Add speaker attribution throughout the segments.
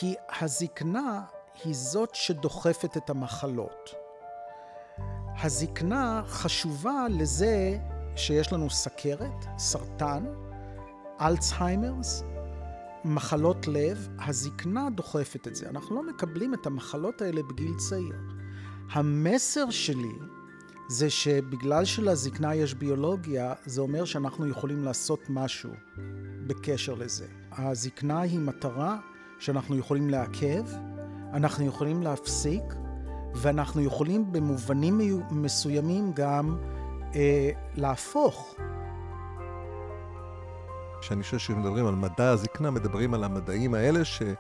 Speaker 1: כי הזקנה היא זאת שדוחפת את המחלות. הזקנה חשובה לזה שיש לנו סכרת, סרטן, אלצהיימרס, מחלות לב. הזקנה דוחפת את זה. אנחנו לא מקבלים את המחלות האלה בגיל צעיר. המסר שלי זה שבגלל שלזקנה יש ביולוגיה, זה אומר שאנחנו יכולים לעשות משהו בקשר לזה. הזקנה היא מטרה שאנחנו יכולים לעכב, אנחנו יכולים להפסיק, ואנחנו יכולים במובנים מסוימים גם להפוך.
Speaker 2: כשאני חושב שמדברים על מדע הזקנה, מדברים על המדעים האלה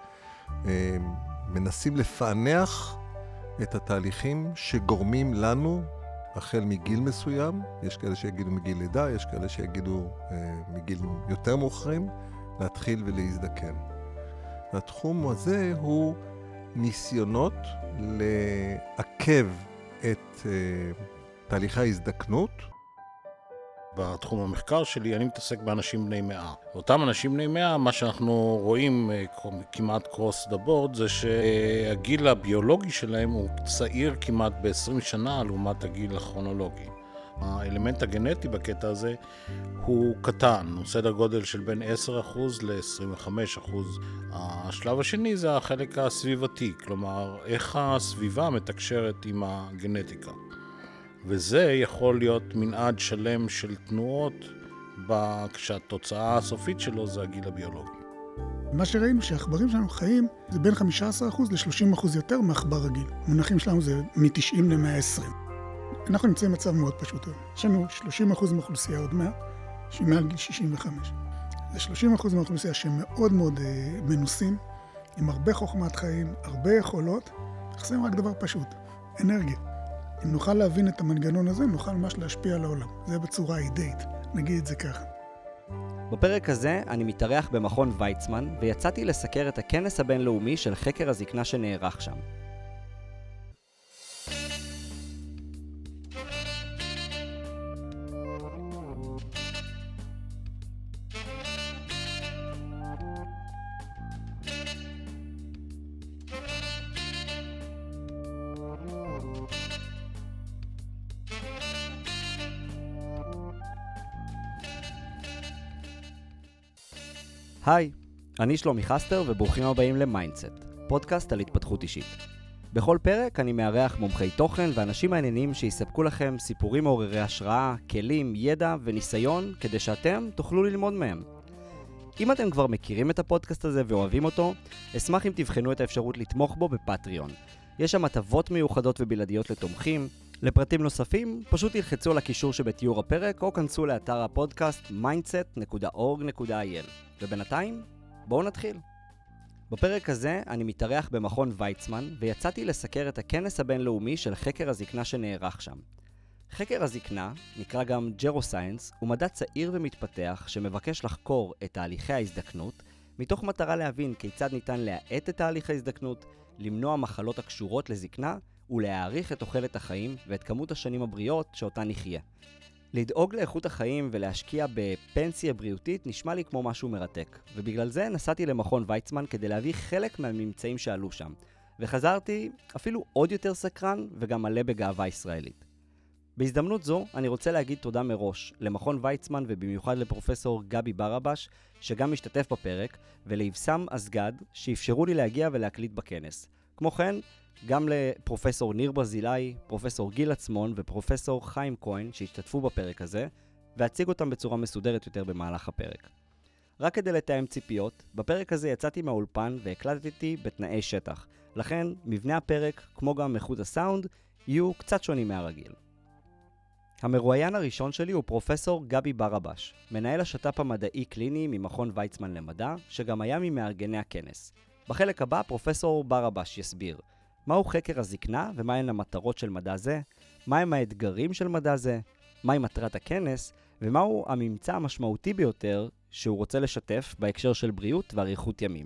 Speaker 2: שמנסים לפענח את התהליכים שגורמים לנו, החל מגיל מסוים, יש כאלה שיגידו מגיל לידה, יש כאלה שיגידו מגיל יותר מאוחרים, להתחיל ולהזדקן. והתחום הזה הוא ניסיונות לעכב את תהליכי ההזדקנות.
Speaker 3: בתחום המחקר שלי אני מתעסק באנשים בני 100. אותם אנשים בני 100, מה שאנחנו רואים כמעט קרוס דה בורד, זה שהגיל הביולוגי שלהם הוא צעיר כמעט ב-20 שנה לעומת הגיל הכרונולוגי. האלמנט הגנטי בקטע הזה הוא קטן, הוא סדר גודל של בין 10% ל-25%. השלב השני זה החלק הסביבתי, כלומר איך הסביבה מתקשרת עם הגנטיקה. וזה יכול להיות מנעד שלם של תנועות כשהתוצאה הסופית שלו זה הגיל הביולוגי.
Speaker 4: מה שראינו שהעכברים שלנו חיים זה בין 15% ל-30% יותר מעכבר רגיל. המונחים שלנו זה מ-90 ל-120. אנחנו נמצאים במצב מאוד פשוט. יש לנו 30% מהאוכלוסייה עוד 100, שהיא מעל גיל 65. זה 30% מהאוכלוסייה שהם מאוד מאוד מנוסים, עם הרבה חוכמת חיים, הרבה יכולות. חסרים רק דבר פשוט, אנרגיה. אם נוכל להבין את המנגנון הזה, נוכל ממש להשפיע על העולם. זה בצורה אידאית, נגיד את זה ככה.
Speaker 5: בפרק הזה אני מתארח במכון ויצמן, ויצאתי לסקר את הכנס הבינלאומי של חקר הזקנה שנערך שם. היי, אני שלומי חסטר וברוכים הבאים למיינדסט, פודקאסט על התפתחות אישית. בכל פרק אני מארח מומחי תוכן ואנשים מעניינים שיספקו לכם סיפורים מעוררי השראה, כלים, ידע וניסיון כדי שאתם תוכלו ללמוד מהם. אם אתם כבר מכירים את הפודקאסט הזה ואוהבים אותו, אשמח אם תבחנו את האפשרות לתמוך בו בפטריון. יש שם הטבות מיוחדות ובלעדיות לתומכים. לפרטים נוספים, פשוט תלחצו על הקישור שבתיאור הפרק או כנסו לאתר הפודקאסט mindset.org.il. ובינתיים, בואו נתחיל. בפרק הזה אני מתארח במכון ויצמן ויצאתי לסקר את הכנס הבינלאומי של חקר הזקנה שנערך שם. חקר הזקנה, נקרא גם ג'רוסיינס, הוא מדע צעיר ומתפתח שמבקש לחקור את תהליכי ההזדקנות, מתוך מטרה להבין כיצד ניתן להאט את תהליך ההזדקנות, למנוע מחלות הקשורות לזקנה ולהעריך את תוחלת החיים ואת כמות השנים הבריאות שאותן נחיה. לדאוג לאיכות החיים ולהשקיע בפנסיה בריאותית נשמע לי כמו משהו מרתק, ובגלל זה נסעתי למכון ויצמן כדי להביא חלק מהממצאים שעלו שם, וחזרתי אפילו עוד יותר סקרן וגם מלא בגאווה ישראלית. בהזדמנות זו אני רוצה להגיד תודה מראש למכון ויצמן ובמיוחד לפרופסור גבי ברבש שגם משתתף בפרק, ולאבסם אסגד שאפשרו לי להגיע ולהקליט בכנס. כמו כן, גם לפרופסור ניר ברזילי, פרופסור גיל עצמון ופרופסור חיים כהן שהשתתפו בפרק הזה, והציג אותם בצורה מסודרת יותר במהלך הפרק. רק כדי לתאם ציפיות, בפרק הזה יצאתי מהאולפן והקלטתי בתנאי שטח, לכן מבנה הפרק, כמו גם איכות הסאונד, יהיו קצת שונים מהרגיל. המרואיין הראשון שלי הוא פרופסור גבי ברבש, מנהל השת"פ המדעי קליני ממכון ויצמן למדע, שגם היה ממארגני הכנס. בחלק הבא פרופסור ברבש יסביר מהו חקר הזקנה ומהן המטרות של מדע זה, מהם האתגרים של מדע זה, מהי מטרת הכנס, ומהו הממצא המשמעותי ביותר שהוא רוצה לשתף בהקשר של בריאות ואריכות ימים.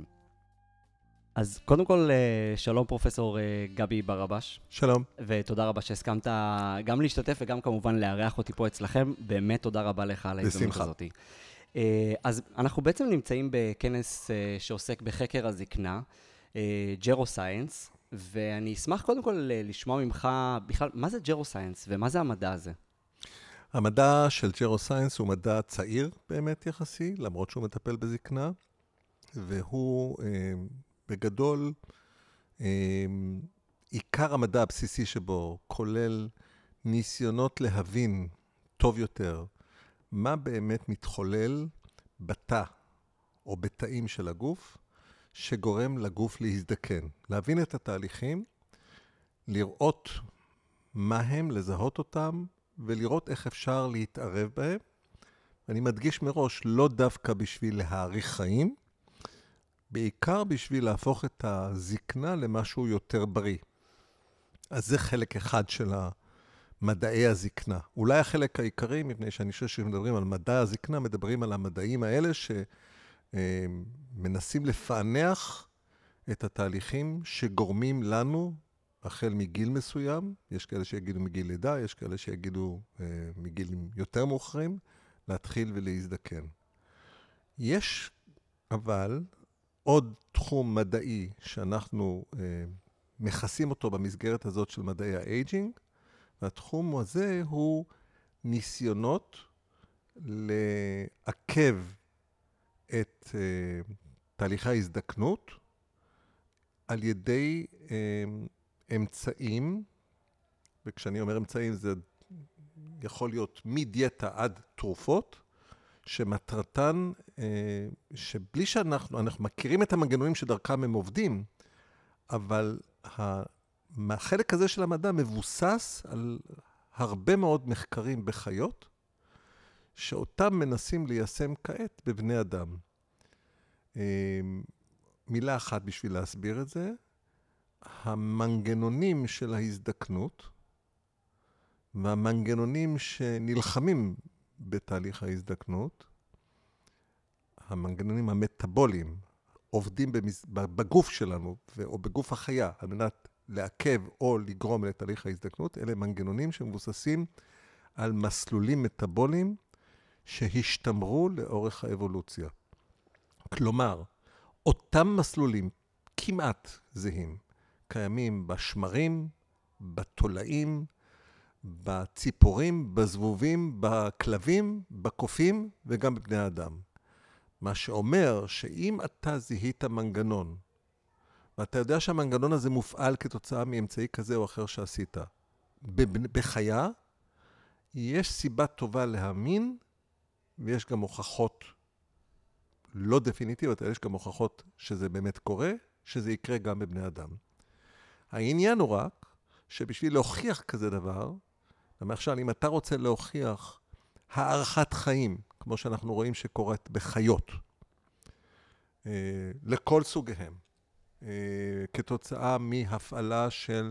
Speaker 5: אז קודם כל, שלום פרופסור גבי ברבש.
Speaker 2: שלום.
Speaker 5: ותודה רבה שהסכמת גם להשתתף וגם כמובן לארח אותי פה אצלכם. באמת תודה רבה לך על ההזדמנות הזאת. אז אנחנו בעצם נמצאים בכנס שעוסק בחקר הזקנה, ג'רוסיינס, ואני אשמח קודם כל לשמוע ממך בכלל, מה זה ג'רוסיינס ומה זה המדע הזה?
Speaker 2: המדע של ג'רוסיינס הוא מדע צעיר באמת יחסי, למרות שהוא מטפל בזקנה, והוא בגדול, עיקר המדע הבסיסי שבו כולל ניסיונות להבין טוב יותר מה באמת מתחולל בתא או בתאים של הגוף, שגורם לגוף להזדקן. להבין את התהליכים, לראות מה הם, לזהות אותם, ולראות איך אפשר להתערב בהם. אני מדגיש מראש, לא דווקא בשביל להאריך חיים, בעיקר בשביל להפוך את הזקנה למשהו יותר בריא. אז זה חלק אחד של מדעי הזקנה. אולי החלק העיקרי, מפני שאני חושב שמדברים על מדע הזקנה, מדברים על המדעים האלה שמנסים לפענח את התהליכים שגורמים לנו, החל מגיל מסוים, יש כאלה שיגידו מגיל לידה, יש כאלה שיגידו מגילים יותר מאוחרים, להתחיל ולהזדקן. יש אבל עוד תחום מדעי שאנחנו מכסים אותו במסגרת הזאת של מדעי האייג'ינג, והתחום הזה הוא ניסיונות לעכב את תהליכי ההזדקנות על ידי אמצעים, וכשאני אומר אמצעים זה יכול להיות מדיאטה עד תרופות, שמטרתן, שבלי שאנחנו מכירים את המנגנונים שדרכם הם עובדים, אבל החלק הזה של המדע מבוסס על הרבה מאוד מחקרים בחיות, שאותם מנסים ליישם כעת בבני אדם. מילה אחת בשביל להסביר את זה, המנגנונים של ההזדקנות, והמנגנונים שנלחמים בתהליך ההזדקנות, המנגנונים המטאבוליים, עובדים בגוף שלנו, או בגוף החיה, על מנת לעכב או לגרום לתהליך ההזדקנות, אלה מנגנונים שמבוססים על מסלולים מטאבוליים שהשתמרו לאורך האבולוציה. כלומר, אותם מסלולים כמעט זהים, קיימים בשמרים, בתולעים, בציפורים, בזבובים, בכלבים, בקופים וגם בבני האדם. מה שאומר שאם אתה זיהית מנגנון, ואתה יודע שהמנגנון הזה מופעל כתוצאה מאמצעי כזה או אחר שעשית, בחיה, יש סיבה טובה להאמין, ויש גם הוכחות לא דפיניטיביות, יש גם הוכחות שזה באמת קורה, שזה יקרה גם בבני אדם. העניין הוא רק שבשביל להוכיח כזה דבר, למשל, אם אתה רוצה להוכיח הארכת חיים, כמו שאנחנו רואים שקורית בחיות, לכל סוגיהם, כתוצאה מהפעלה של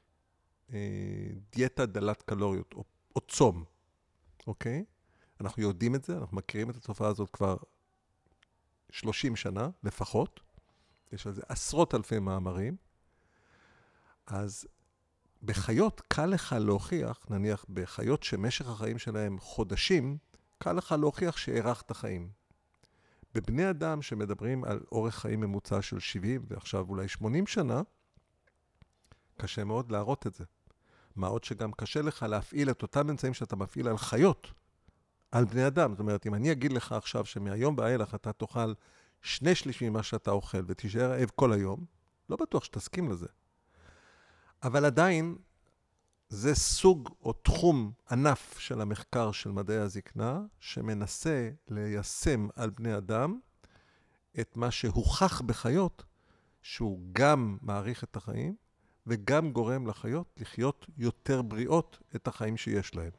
Speaker 2: דיאטה דלת קלוריות, או צום, אוקיי? אנחנו יודעים את זה, אנחנו מכירים את התופעה הזאת כבר 30 שנה לפחות, יש על זה עשרות אלפי מאמרים, אז בחיות קל לך להוכיח, נניח בחיות שמשך החיים שלהם חודשים, קל לך להוכיח שהארכת חיים. בבני אדם שמדברים על אורך חיים ממוצע של 70 ועכשיו אולי 80 שנה, קשה מאוד להראות את זה. מה עוד שגם קשה לך להפעיל את אותם אמצעים שאתה מפעיל על חיות, על בני אדם. זאת אומרת, אם אני אגיד לך עכשיו שמהיום באילך אתה תאכל 2/3 ממה שאתה אוכל ותישאר רעב כל היום, לא בטוח שתסכים לזה. אבל עדיין זה סוג או תחום ענף של המחקר של מדעי הזקנה, שמנסה ליישם על בני אדם את מה שהוכח בחיות, שהוא גם מעריך את החיים, וגם גורם לחיות לחיות יותר בריאות את החיים שיש להם.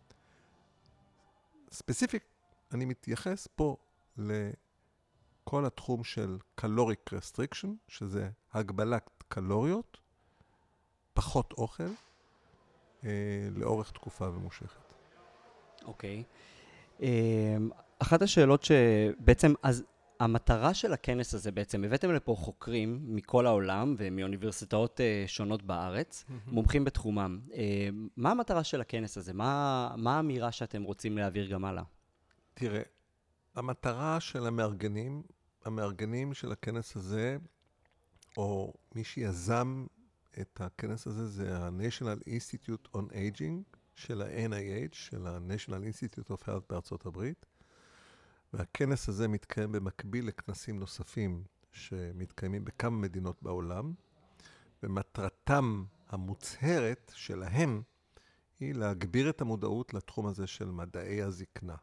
Speaker 2: ספציפיק, אני מתייחס פה לכל התחום של caloric restriction, שזה הגבלת קלוריות, פחות אוכל, לאורך תקופה ממושכת.
Speaker 5: אוקיי. אחת השאלות שבעצם, אז המטרה של הכנס הזה בעצם, הבאתם לפה חוקרים מכל העולם ומאוניברסיטאות שונות בארץ, מומחים בתחומם. מה המטרה של הכנס הזה? מה האמירה שאתם רוצים להעביר גם הלאה?
Speaker 2: תראה, המטרה של המארגנים של הכנס הזה, או מי שיזם את הכנס הזה, זה ה-National Institute on Aging של ה-NIH, של ה-National Institute of Health בארצות הברית. והכנס הזה מתקיים במקביל לכנסים נוספים שמתקיימים בכמה מדינות בעולם, ומטרתם המוצהרת שלהם היא להגביר את המודעות לתחום הזה של מדעי הזקנה.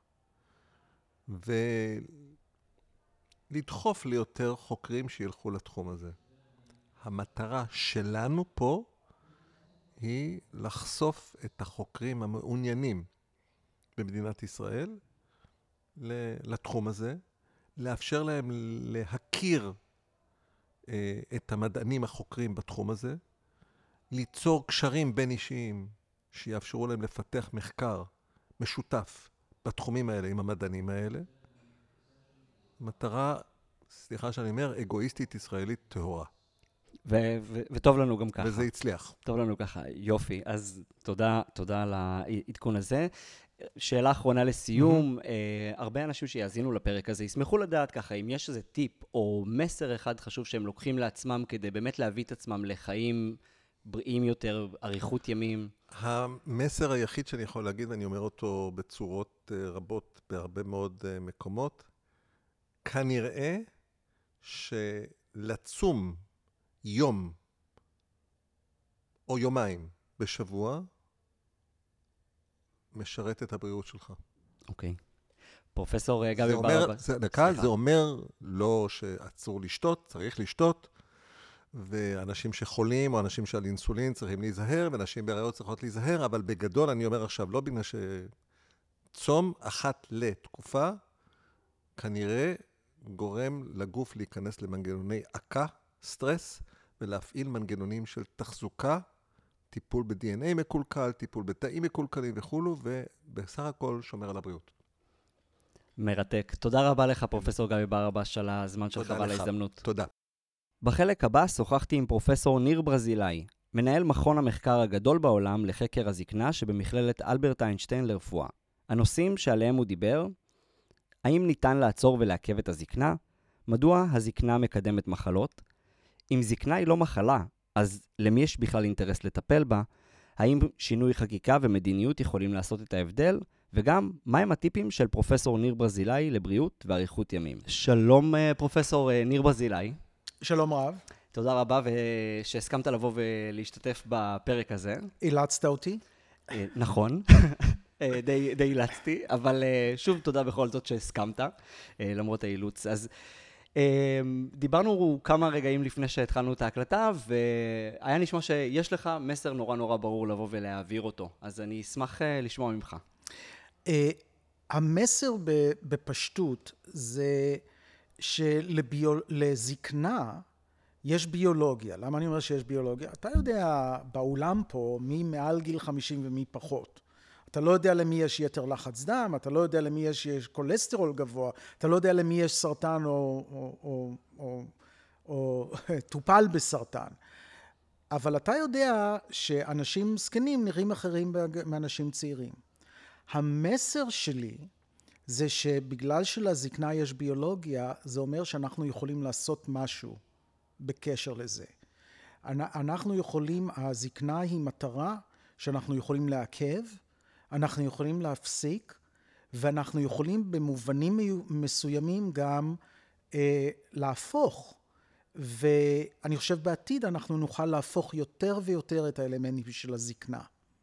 Speaker 2: ולדחוף ליותר חוקרים שילכו לתחום הזה. המטרה שלנו פה היא לחשוף את החוקרים המעוניינים במדינת ישראל לתחום הזה, לאפשר להם להכיר את המדענים החוקרים בתחום הזה, ליצור קשרים בין אישיים שיאפשרו להם לפתח מחקר משותף בתחומים האלה עם המדענים האלה. מטרה, סליחה שאני אומר, אגואיסטית ישראלית טהורה.
Speaker 5: וטוב לנו גם ככה.
Speaker 2: וזה הצליח.
Speaker 5: טוב לנו ככה, יופי. אז תודה על העדכון הזה. שאלה אחרונה לסיום, הרבה אנשים שיאזינו לפרק הזה ישמחו לדעת ככה, אם יש איזה טיפ או מסר אחד חשוב שהם לוקחים לעצמם כדי באמת להביא את עצמם לחיים בריאים יותר, אריכות ימים.
Speaker 2: המסר היחיד שאני יכול להגיד, ואני אומר אותו בצורות רבות בהרבה מאוד מקומות, כנראה שלצום יום או יומיים בשבוע משרת את הבריאות שלך.
Speaker 5: אוקיי. פרופסור גבי ברבש.
Speaker 2: זה אומר לא שאסור לשתות, צריך לשתות, ואנשים שחולים או אנשים שעל אינסולין צריכים להיזהר, ואנשים בהיריון צריכות להיזהר, אבל בגדול אני אומר עכשיו, לא בגלל שצום אחת לתקופה, כנראה גורם לגוף להיכנס למנגנוני עקה, סטרס, ולהפעיל מנגנונים של תחזוקה, טיפול ב-DNA מקולקל, טיפול בתאים מקולקלים וכולו, ובסך הכל שומר על הבריאות.
Speaker 5: מרתק. תודה רבה לך, פרופסור גבי ברבש, על הזמן שלך ועל ההזדמנות.
Speaker 2: תודה.
Speaker 5: בחלק הבא שוחחתי עם פרופסור ניר ברזילאי, מנהל מכון המחקר הגדול בעולם לחקר הזקנה שבמכללת אלברט איינשטיין לרפואה. הנושאים שעליהם הוא דיבר, האם ניתן לעצור ולעכב את הזקנה? מדוע הזקנה מקדמת מחלות? אם זקנה היא לא מחלה, אז למי יש בכלל אינטרס לטפל בה? האם שינוי חקיקה ומדיניות יכולים לעשות את ההבדל? וגם, מהם הטיפים של פרופסור ניר ברזילאי לבריאות ואריכות ימים? שלום פרופסור ניר ברזילאי.
Speaker 1: שלום רב.
Speaker 5: תודה רבה שהסכמת לבוא ולהשתתף בפרק הזה.
Speaker 1: אילצת אותי?
Speaker 5: נכון, די אילצתי, אבל שוב תודה בכל זאת שהסכמת, למרות האילוץ. אז דיברנו כמה רגעים לפני שהתחלנו את ההקלטה, והיה נשמע שיש לך מסר נורא נורא ברור לבוא ולהעביר אותו. אז אני אשמח לשמוע ממך.
Speaker 1: המסר בפשטות זה שלזקנה יש ביולוגיה. למה אני אומר שיש ביולוגיה? אתה יודע בעולם פה מי מעל גיל 50 ומי פחות. אתה לא יודע למי יש יתר לחץ דם, אתה לא יודע למי יש קולסטרול גבוה, אתה לא יודע למי יש סרטן או טופל בסרטן. אבל אתה יודע שאנשים זקנים נראים אחרים מאנשים צעירים. המסר שלי זה שבגלל שלזקנה יש ביולוגיה, זה אומר שאנחנו יכולים לעשות משהו בקשר לזה. אנחנו יכולים, הזקנה היא מטרה שאנחנו יכולים לעכב, אנחנו יכולים להפסיק, ואנחנו יכולים במובנים מסוימים גם להפוך. ואני חושב בעתיד אנחנו נוכל להפוך יותר ויותר את האלמנטים של הזקנה.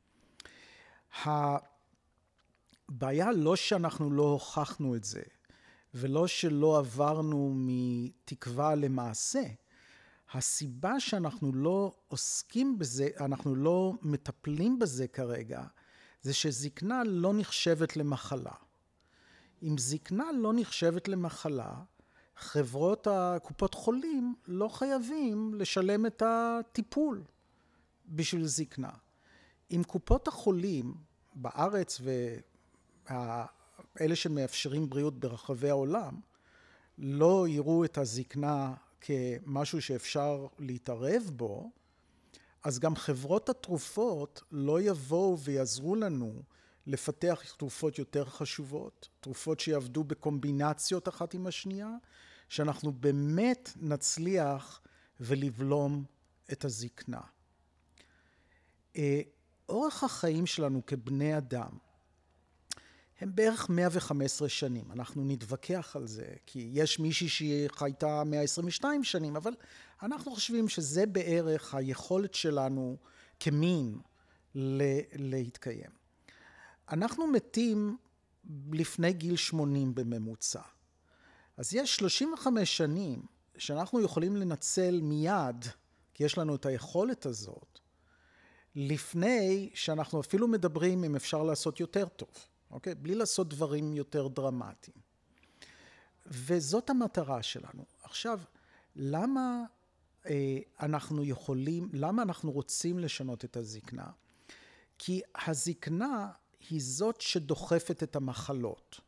Speaker 1: הבעיה לא שאנחנו לא הוכחנו את זה, ולא שלא עברנו מתקווה למעשה. הסיבה שאנחנו לא עוסקים בזה, אנחנו לא מטפלים בזה כרגע, זה שזקנה לא נחשבת למחלה. אם זקנה לא נחשבת למחלה, חברות הקופות חולים לא חייבים לשלם את הטיפול בשביל זקנה. אם קופות החולים בארץ ואלה שמאפשרים בריאות ברחבי העולם, לא יראו את הזקנה כמשהו שאפשר להתערב בו, אז גם חברות התרופות לא יבואו ויעזרו לנו לפתח תרופות יותר חשובות, תרופות שיעבדו בקומבינציות אחת עם השנייה, שאנחנו באמת נצליח ולבלום את הזקנה. אורך החיים שלנו כבני אדם הם בערך 115 שנים. אנחנו נתווכח על זה, כי יש מישהי שחייתה 122 שנים, אבל אנחנו חושבים שזה בערך היכולת שלנו כמין להתקיים. אנחנו מתים לפני גיל 80 בממוצע. אז יש 35 שנים שאנחנו יכולים לנצל מיד, כי יש לנו את היכולת הזאת, לפני שאנחנו אפילו מדברים אם אפשר לעשות יותר טוב, אוקיי? בלי לעשות דברים יותר דרמטיים. וזאת המטרה שלנו. עכשיו, למה אנחנו רוצים לשנות את הזקנה? כי הזקנה היא זאת שדוחפת את המחלות.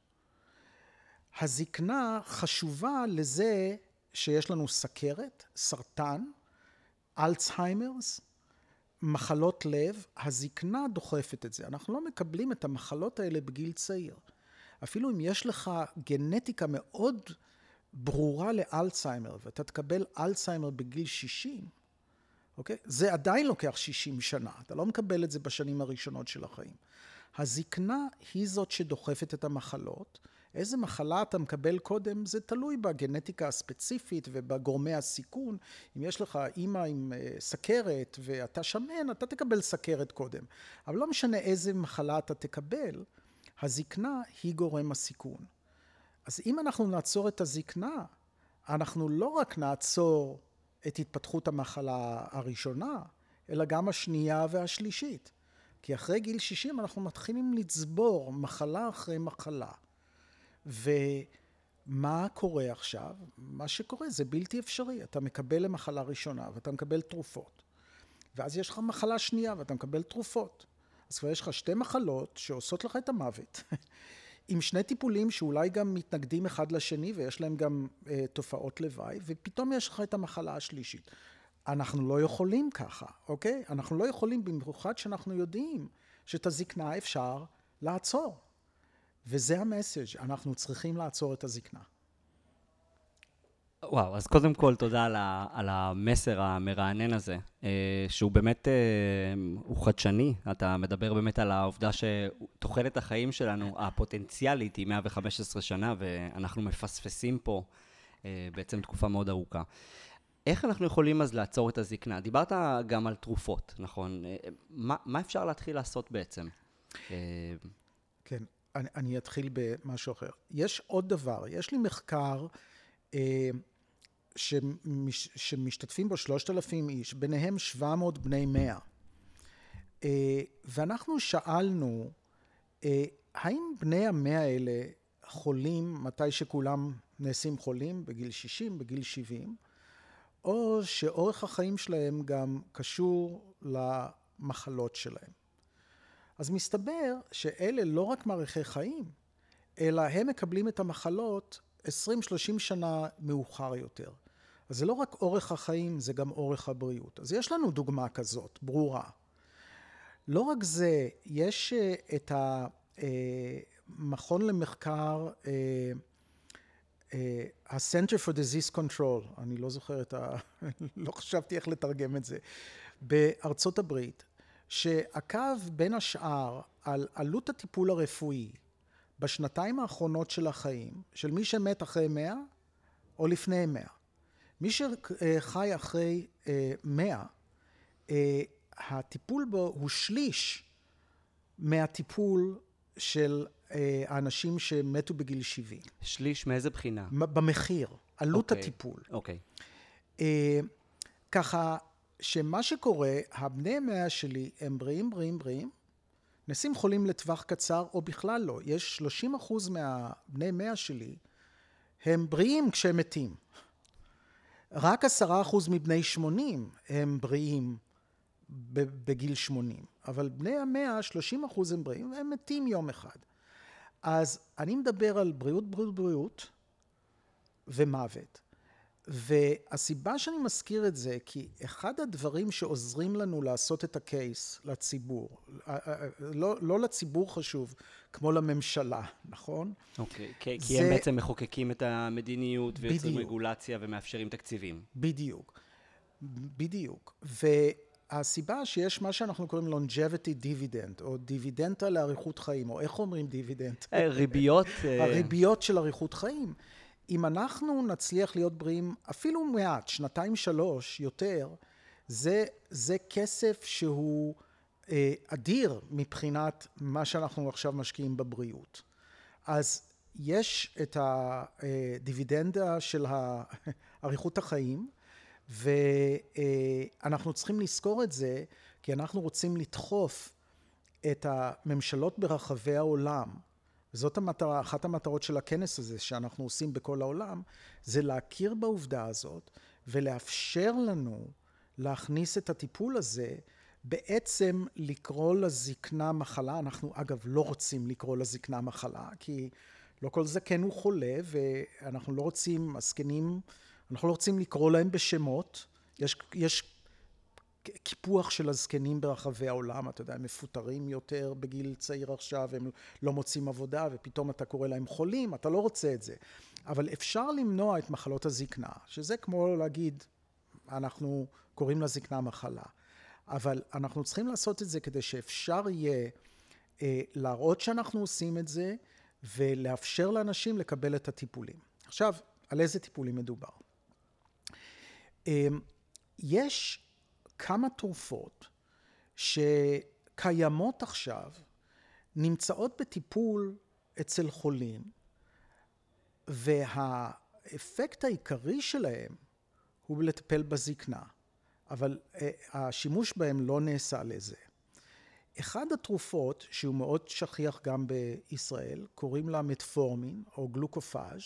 Speaker 1: הזקנה חשובה לזה שיש לנו סכרת, סרטן, אלצהיימרס, מחלות לב. הזקנה דוחפת את זה. אנחנו לא מקבלים את המחלות האלה בגיל צעיר. אפילו אם יש לך גנטיקה מאוד ברורה לאלצהיימר, ואתה תקבל אלצהיימר בגיל 60, אוקיי? זה עדיין לוקח 60 שנה. אתה לא מקבל את זה בשנים הראשונות של החיים. הזקנה היא זאת שדוחפת את המחלות. איזה מחלה אתה מקבל קודם, זה תלוי בגנטיקה הספציפית ובגורמי הסיכון. אם יש לך אימא עם סכרת ואתה שמן, אתה תקבל סכרת קודם. אבל לא משנה איזה מחלה אתה תקבל, הזקנה היא גורם הסיכון. אז אם אנחנו נעצור את הזקנה, אנחנו לא רק נעצור את התפתחות המחלה הראשונה, אלא גם השנייה והשלישית. כי אחרי גיל 60 אנחנו מתחילים לצבור מחלה אחרי מחלה. ומה קורה עכשיו? מה שקורה זה בלתי אפשרי. אתה מקבל למחלה ראשונה ואתה מקבל תרופות. ואז יש לך מחלה שנייה ואתה מקבל תרופות. אז כבר יש לך שתי מחלות שעושות לך את המוות. עם שני טיפולים שאולי גם מתנגדים אחד לשני ויש להם גם תופעות לוואי, ופתאום יש לך את המחלה השלישית. אנחנו לא יכולים ככה, אוקיי? אנחנו לא יכולים במיוחד שאנחנו יודעים שאת הזקנה אפשר לעצור. וזה המסאג', אנחנו צריכים לעצור את הזקנה.
Speaker 5: וואו, אז קודם כל תודה על המסר המרענן הזה, שהוא באמת, הוא חדשני. אתה מדבר באמת על העובדה שתוחלת החיים שלנו, הפוטנציאלית היא 115 שנה, ואנחנו מפספסים פה בעצם תקופה מאוד ארוכה. איך אנחנו יכולים אז לעצור את הזקנה? דיברת גם על תרופות, נכון? מה אפשר להתחיל לעשות בעצם?
Speaker 1: כן, אני אתחיל במשהו אחר. יש עוד דבר, יש לי מחקר שמשתתפים בו 3,000 איש, ביניהם 700 בני 100. ואנחנו שאלנו, האם בני 100 האלה חולים מתי שכולם נעשים חולים, בגיל 60, בגיל 70, או שאורך החיים שלהם גם קשור למחלות שלהם. אז מסתבר שאלה לא רק מערכי חיים, אלא הם מקבלים את המחלות 20-30 שנה מאוחר יותר. אז זה לא רק אורך החיים, זה גם אורך הבריאות. אז יש לנו דוגמה כזאת, ברורה. לא רק זה, יש את המכון למחקר, ה-Center for Disease Control, אני לא זוכר לא חשבתי איך לתרגם את זה, בארצות הברית, שעקב בין השאר על עלות הטיפול הרפואי בשנתיים האחרונות של החיים, של מי שמת אחרי 100 או לפני 100. מי שחי אחרי 100, הטיפול בו הוא שליש מהטיפול של האנשים שמתו בגיל 70.
Speaker 5: שליש מאיזה בחינה?
Speaker 1: במחיר, עלות הטיפול.
Speaker 5: אוקיי.
Speaker 1: ככה שמה שקורה, הבני 100 שלי הם בריאים, נעשים חולים לטווח קצר או בכלל לא. יש 30% מהבני 100 שלי הם בריאים כשהם מתים. רק 10% מבני 80 הם בריאים בגיל 80. אבל בני 100, 30% הם בריאים והם מתים יום אחד. אז אני מדבר על בריאות ומוות. והסיבה שאני מזכיר את זה, כי אחד הדברים שעוזרים לנו לעשות את הקייס לציבור, לא לציבור חשוב, כמו לממשלה, נכון?
Speaker 5: אוקיי, כי הם בעצם מחוקקים את המדיניות ויוצרים רגולציה ומאפשרים תקציבים.
Speaker 1: בדיוק. בדיוק. והסיבה שיש מה שאנחנו קוראים longevity dividend, או דיבידנדה לאריכות חיים, או איך אומרים דיבידנד?
Speaker 5: ריביות.
Speaker 1: הריביות של אריכות חיים. אם אנחנו נצליח להיות בריאים אפילו מעט, 2-3 יותר, זה כסף שהוא אדיר מבחינת מה שאנחנו עכשיו משקיעים בבריאות. אז יש את הדיבידנדה של אריכות החיים, ואנחנו צריכים לזכור את זה, כי אנחנו רוצים לדחוף את הממשלות ברחבי העולם. זאת המטרה, אחת המטרות של הכנס הזה שאנחנו עושים בכל העולם, זה להכיר בעובדה הזאת, ולאפשר לנו להכניס את הטיפול הזה, בעצם לקרוא לזקנה מחלה. אנחנו אגב לא רוצים לקרוא לזקנה מחלה, כי לא כל זקן הוא חולה, ואנחנו לא רוצים, הזקנים, אנחנו לא רוצים לקרוא להם בשמות. יש קיפוח של הזקנים ברחבי העולם, אתה יודע, הם מפוטרים יותר בגיל צעיר עכשיו, הם לא מוצאים עבודה, ופתאום אתה קורא להם חולים, אתה לא רוצה את זה. אבל אפשר למנוע את מחלות הזקנה, שזה כמו להגיד, אנחנו קוראים לזקנה מחלה. אבל אנחנו צריכים לעשות את זה כדי שאפשר יהיה להראות שאנחנו עושים את זה, ולאפשר לאנשים לקבל את הטיפולים. עכשיו, על איזה טיפולים מדובר? יש כמה תרופות שקיימות עכשיו, נמצאות בטיפול אצל חולים, והאפקט העיקרי שלהם הוא לטפל בזקנה, אבל השימוש בהם לא נעשה לזה. אחד התרופות שהוא מאוד שכיח גם בישראל, קוראים לה מטפורמין או גלוקופאז'.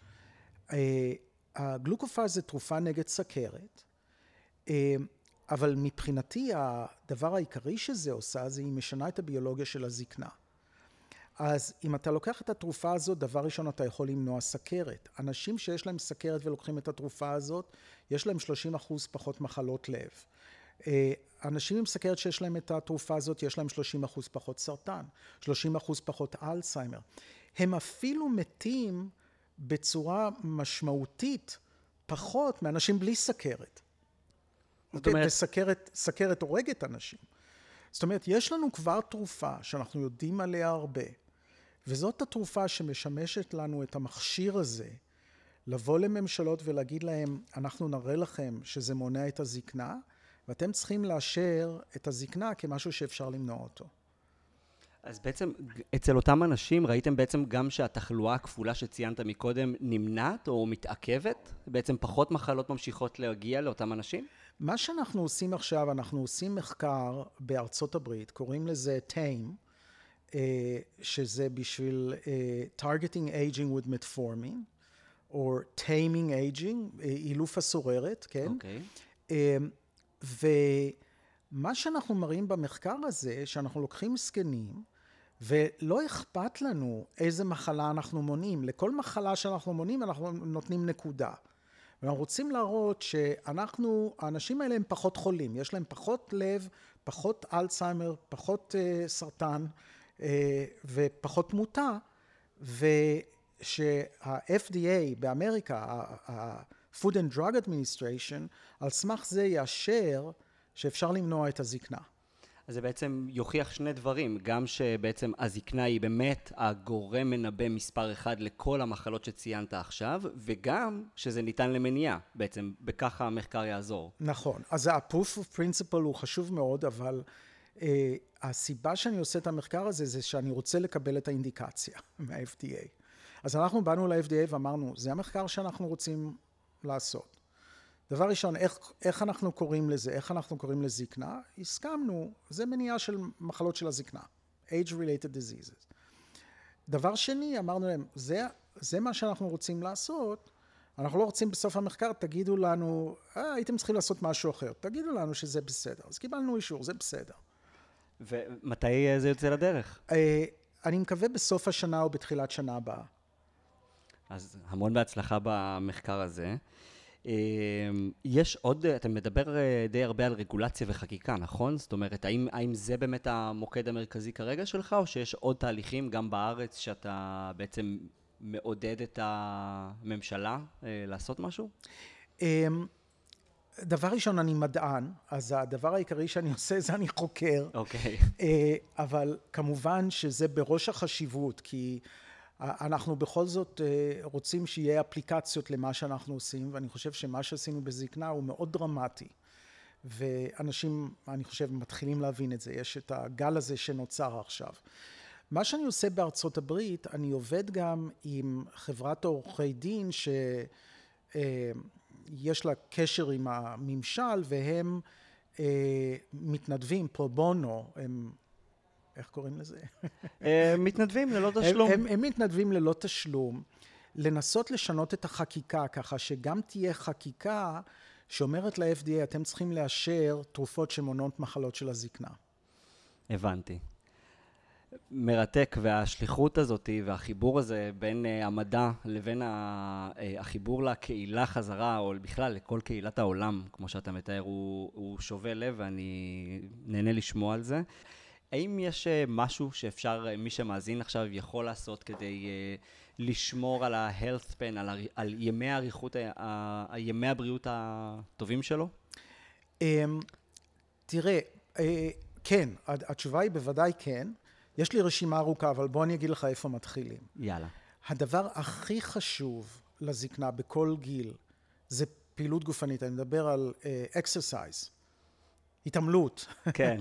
Speaker 1: הגלוקופאז' זה תרופה נגד סכרת, אבל מבחינתי הדבר העיקרי שזה עושה, זה היא משנה את הביולוגיה של הזקנה. אז אם אתה לוקח את התרופה הזאת, דבר ראשון אתה יכול למנוע סכרת. אנשים שיש להם סכרת ולוקחים את התרופה הזאת, יש להם 30% פחות מחלות לב. אנשים עם סכרת שיש להם את התרופה הזאת, יש להם 30% פחות סרטן, 30% פחות אלצהיימר. הם אפילו מתים בצורה משמעותית פחות מאנשים בלי סכרת. זאת אומרת, סכרת הורגת אנשים. זאת אומרת, יש לנו כבר תרופה שאנחנו יודעים עליה הרבה, וזאת התרופה שמשמשת לנו את המכשיר הזה, לבוא לממשלות ולהגיד להם, אנחנו נראה לכם שזה מונע את הזקנה, ואתם צריכים לאשר את הזקנה כמשהו שאפשר למנוע אותו.
Speaker 5: אז בעצם אצל אותם אנשים ראיתם בעצם גם שהתחלואה הכפולה שציינת מקודם נמנעת או מתעכבת? בעצם פחות מחלות ממשיכות להגיע לאותם אנשים?
Speaker 1: מה שאנחנו עושים עכשיו, אנחנו עושים מחקר בארצות הברית, קוראים לזה TAME, שזה בשביל Targeting Aging with Metformin, או Taming Aging, אילוף הסוררת, כן?
Speaker 5: אוקיי.
Speaker 1: ומה שאנחנו מראים במחקר הזה, שאנחנו לוקחים זקנים, ולא אכפת לנו איזה מחלה אנחנו מונעים. לכל מחלה שאנחנו מונעים, אנחנו נותנים נקודה. ואנחנו רוצים להראות שאנחנו, האנשים האלה הם פחות חולים. יש להם פחות לב, פחות אלצהיימר, פחות סרטן ופחות תמותה. ושה-FDA באמריקה, ה-Food and Drug Administration, על סמך זה יאשר שאפשר למנוע את הזקנה.
Speaker 5: אז זה בעצם יוכיח שני דברים, גם שבעצם הזקנה היא באמת הגורם מנבא מספר אחד לכל המחלות שציינת עכשיו, וגם שזה ניתן למניעה, בעצם בככה המחקר יעזור.
Speaker 1: נכון, אז ה-proof of principle הוא חשוב מאוד, אבל הסיבה שאני עושה את המחקר הזה, זה שאני רוצה לקבל את האינדיקציה מה-FDA. אז אנחנו באנו ל-FDA ואמרנו, זה המחקר שאנחנו רוצים לעשות. דבר ראשון, איך אנחנו קוראים לזה? איך אנחנו קוראים לזקנה? הסכמנו, זה מניעה של מחלות של הזקנה. Age-related diseases. דבר שני, אמרנו להם, זה מה שאנחנו רוצים לעשות. אנחנו לא רוצים בסוף המחקר, תגידו לנו, הייתם צריכים לעשות משהו אחר. תגידו לנו שזה בסדר. אז קיבלנו אישור, זה בסדר.
Speaker 5: ומתי זה יוצא לדרך?
Speaker 1: אני מקווה בסוף השנה או בתחילת שנה הבאה.
Speaker 5: אז המון בהצלחה במחקר הזה. יש עוד, אתה מדבר די הרבה על רגולציה וחקיקה, נכון? זאת אומרת, האם זה באמת המוקד המרכזי כרגע שלך, או שיש עוד תהליכים גם בארץ שאתה בעצם מעודד את הממשלה לעשות משהו?
Speaker 1: דבר ראשון, אני מדען, אז הדבר העיקרי שאני עושה זה אני חוקר.
Speaker 5: אוקיי.
Speaker 1: אבל כמובן שזה בראש החשיבות, כי אנחנו בכל זאת רוצים שיהיה אפליקציות למה שאנחנו עושים, ואני חושב שמה שעשינו בזקנה הוא מאוד דרמטי. ואנשים, אני חושב, מתחילים להבין את זה. יש את הגל הזה שנוצר עכשיו. מה שאני עושה בארצות הברית, אני עובד גם עם חברת עורכי דין שיש לה קשר עם הממשל, והם מתנדבים פרו בונו, הם, איך קוראים לזה?
Speaker 5: מתנדבים ללא תשלום.
Speaker 1: הם מתנדבים ללא תשלום, לנסות לשנות את החקיקה, ככה שגם תהיה חקיקה שאומרת ל-FDA, אתם צריכים לאשר תרופות שמונעות מחלות של הזקנה.
Speaker 5: הבנתי. מרתק, והשליחות הזאת והחיבור הזה בין המדע לבין החיבור לקהילה חזרה, או בכלל לכל קהילת העולם, כמו שאתה מתאר, הוא שווה לב, ואני נהנה לשמוע על זה. האם יש משהו שאפשר, מי שמאזין עכשיו יכול לעשות כדי לשמור על ה-health span, על ימי האריכות, ימי הבריאות הטובים שלו?
Speaker 1: תראה, כן, התשובה היא בוודאי כן. יש לי רשימה ארוכה, אבל בוא אני אגיד לך איפה מתחילים.
Speaker 5: יאללה.
Speaker 1: הדבר הכי חשוב לזקנה בכל גיל זה פעילות גופנית. אני מדבר על exercise, התעמלות. כן.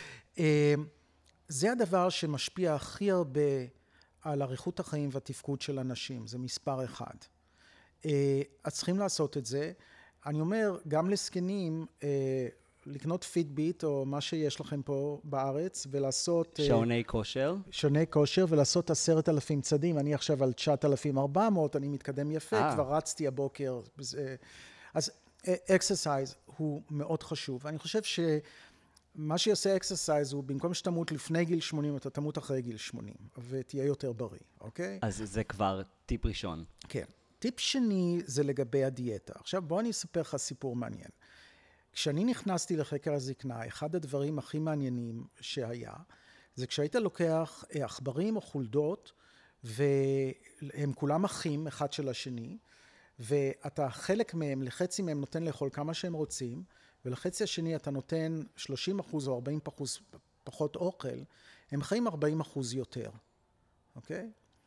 Speaker 1: זה הדבר שמשפיע הכי הרבה על אריכות החיים והתפקוד של אנשים. זה מספר אחד. אז צריכים לעשות את זה. אני אומר, גם לזקנים, לקנות פיטביט או מה שיש לכם פה בארץ ולעשות...
Speaker 5: שעוני כושר.
Speaker 1: שעוני כושר ולעשות 10,000 צעדים. אני עכשיו על 9,400, אני מתקדם יפה, כבר רצתי הבוקר. אז אקסרסייז הוא מאוד חשוב. אני חושב שמה שיעשה אקסרסייז הוא במקום שתמות לפני גיל 80, אתה תמות אחרי גיל 80, ותהיה יותר בריא, אוקיי?
Speaker 5: אז זה כבר טיפ ראשון.
Speaker 1: כן. טיפ שני זה לגבי הדיאטה. עכשיו בוא אני אספר לך סיפור מעניין. כשאני נכנסתי לחקר הזקנה, אחד הדברים הכי מעניינים שהיה, זה כשהיית לוקח עכברים או חולדות, והם כולם אחים אחד של השני, ואתה חלק מהם, לחצי מהם נותן לאכול כמה שהם רוצים, ולחצי השני אתה נותן 30% או 40% פחות אוכל, הם חיים 40% יותר, אוקיי?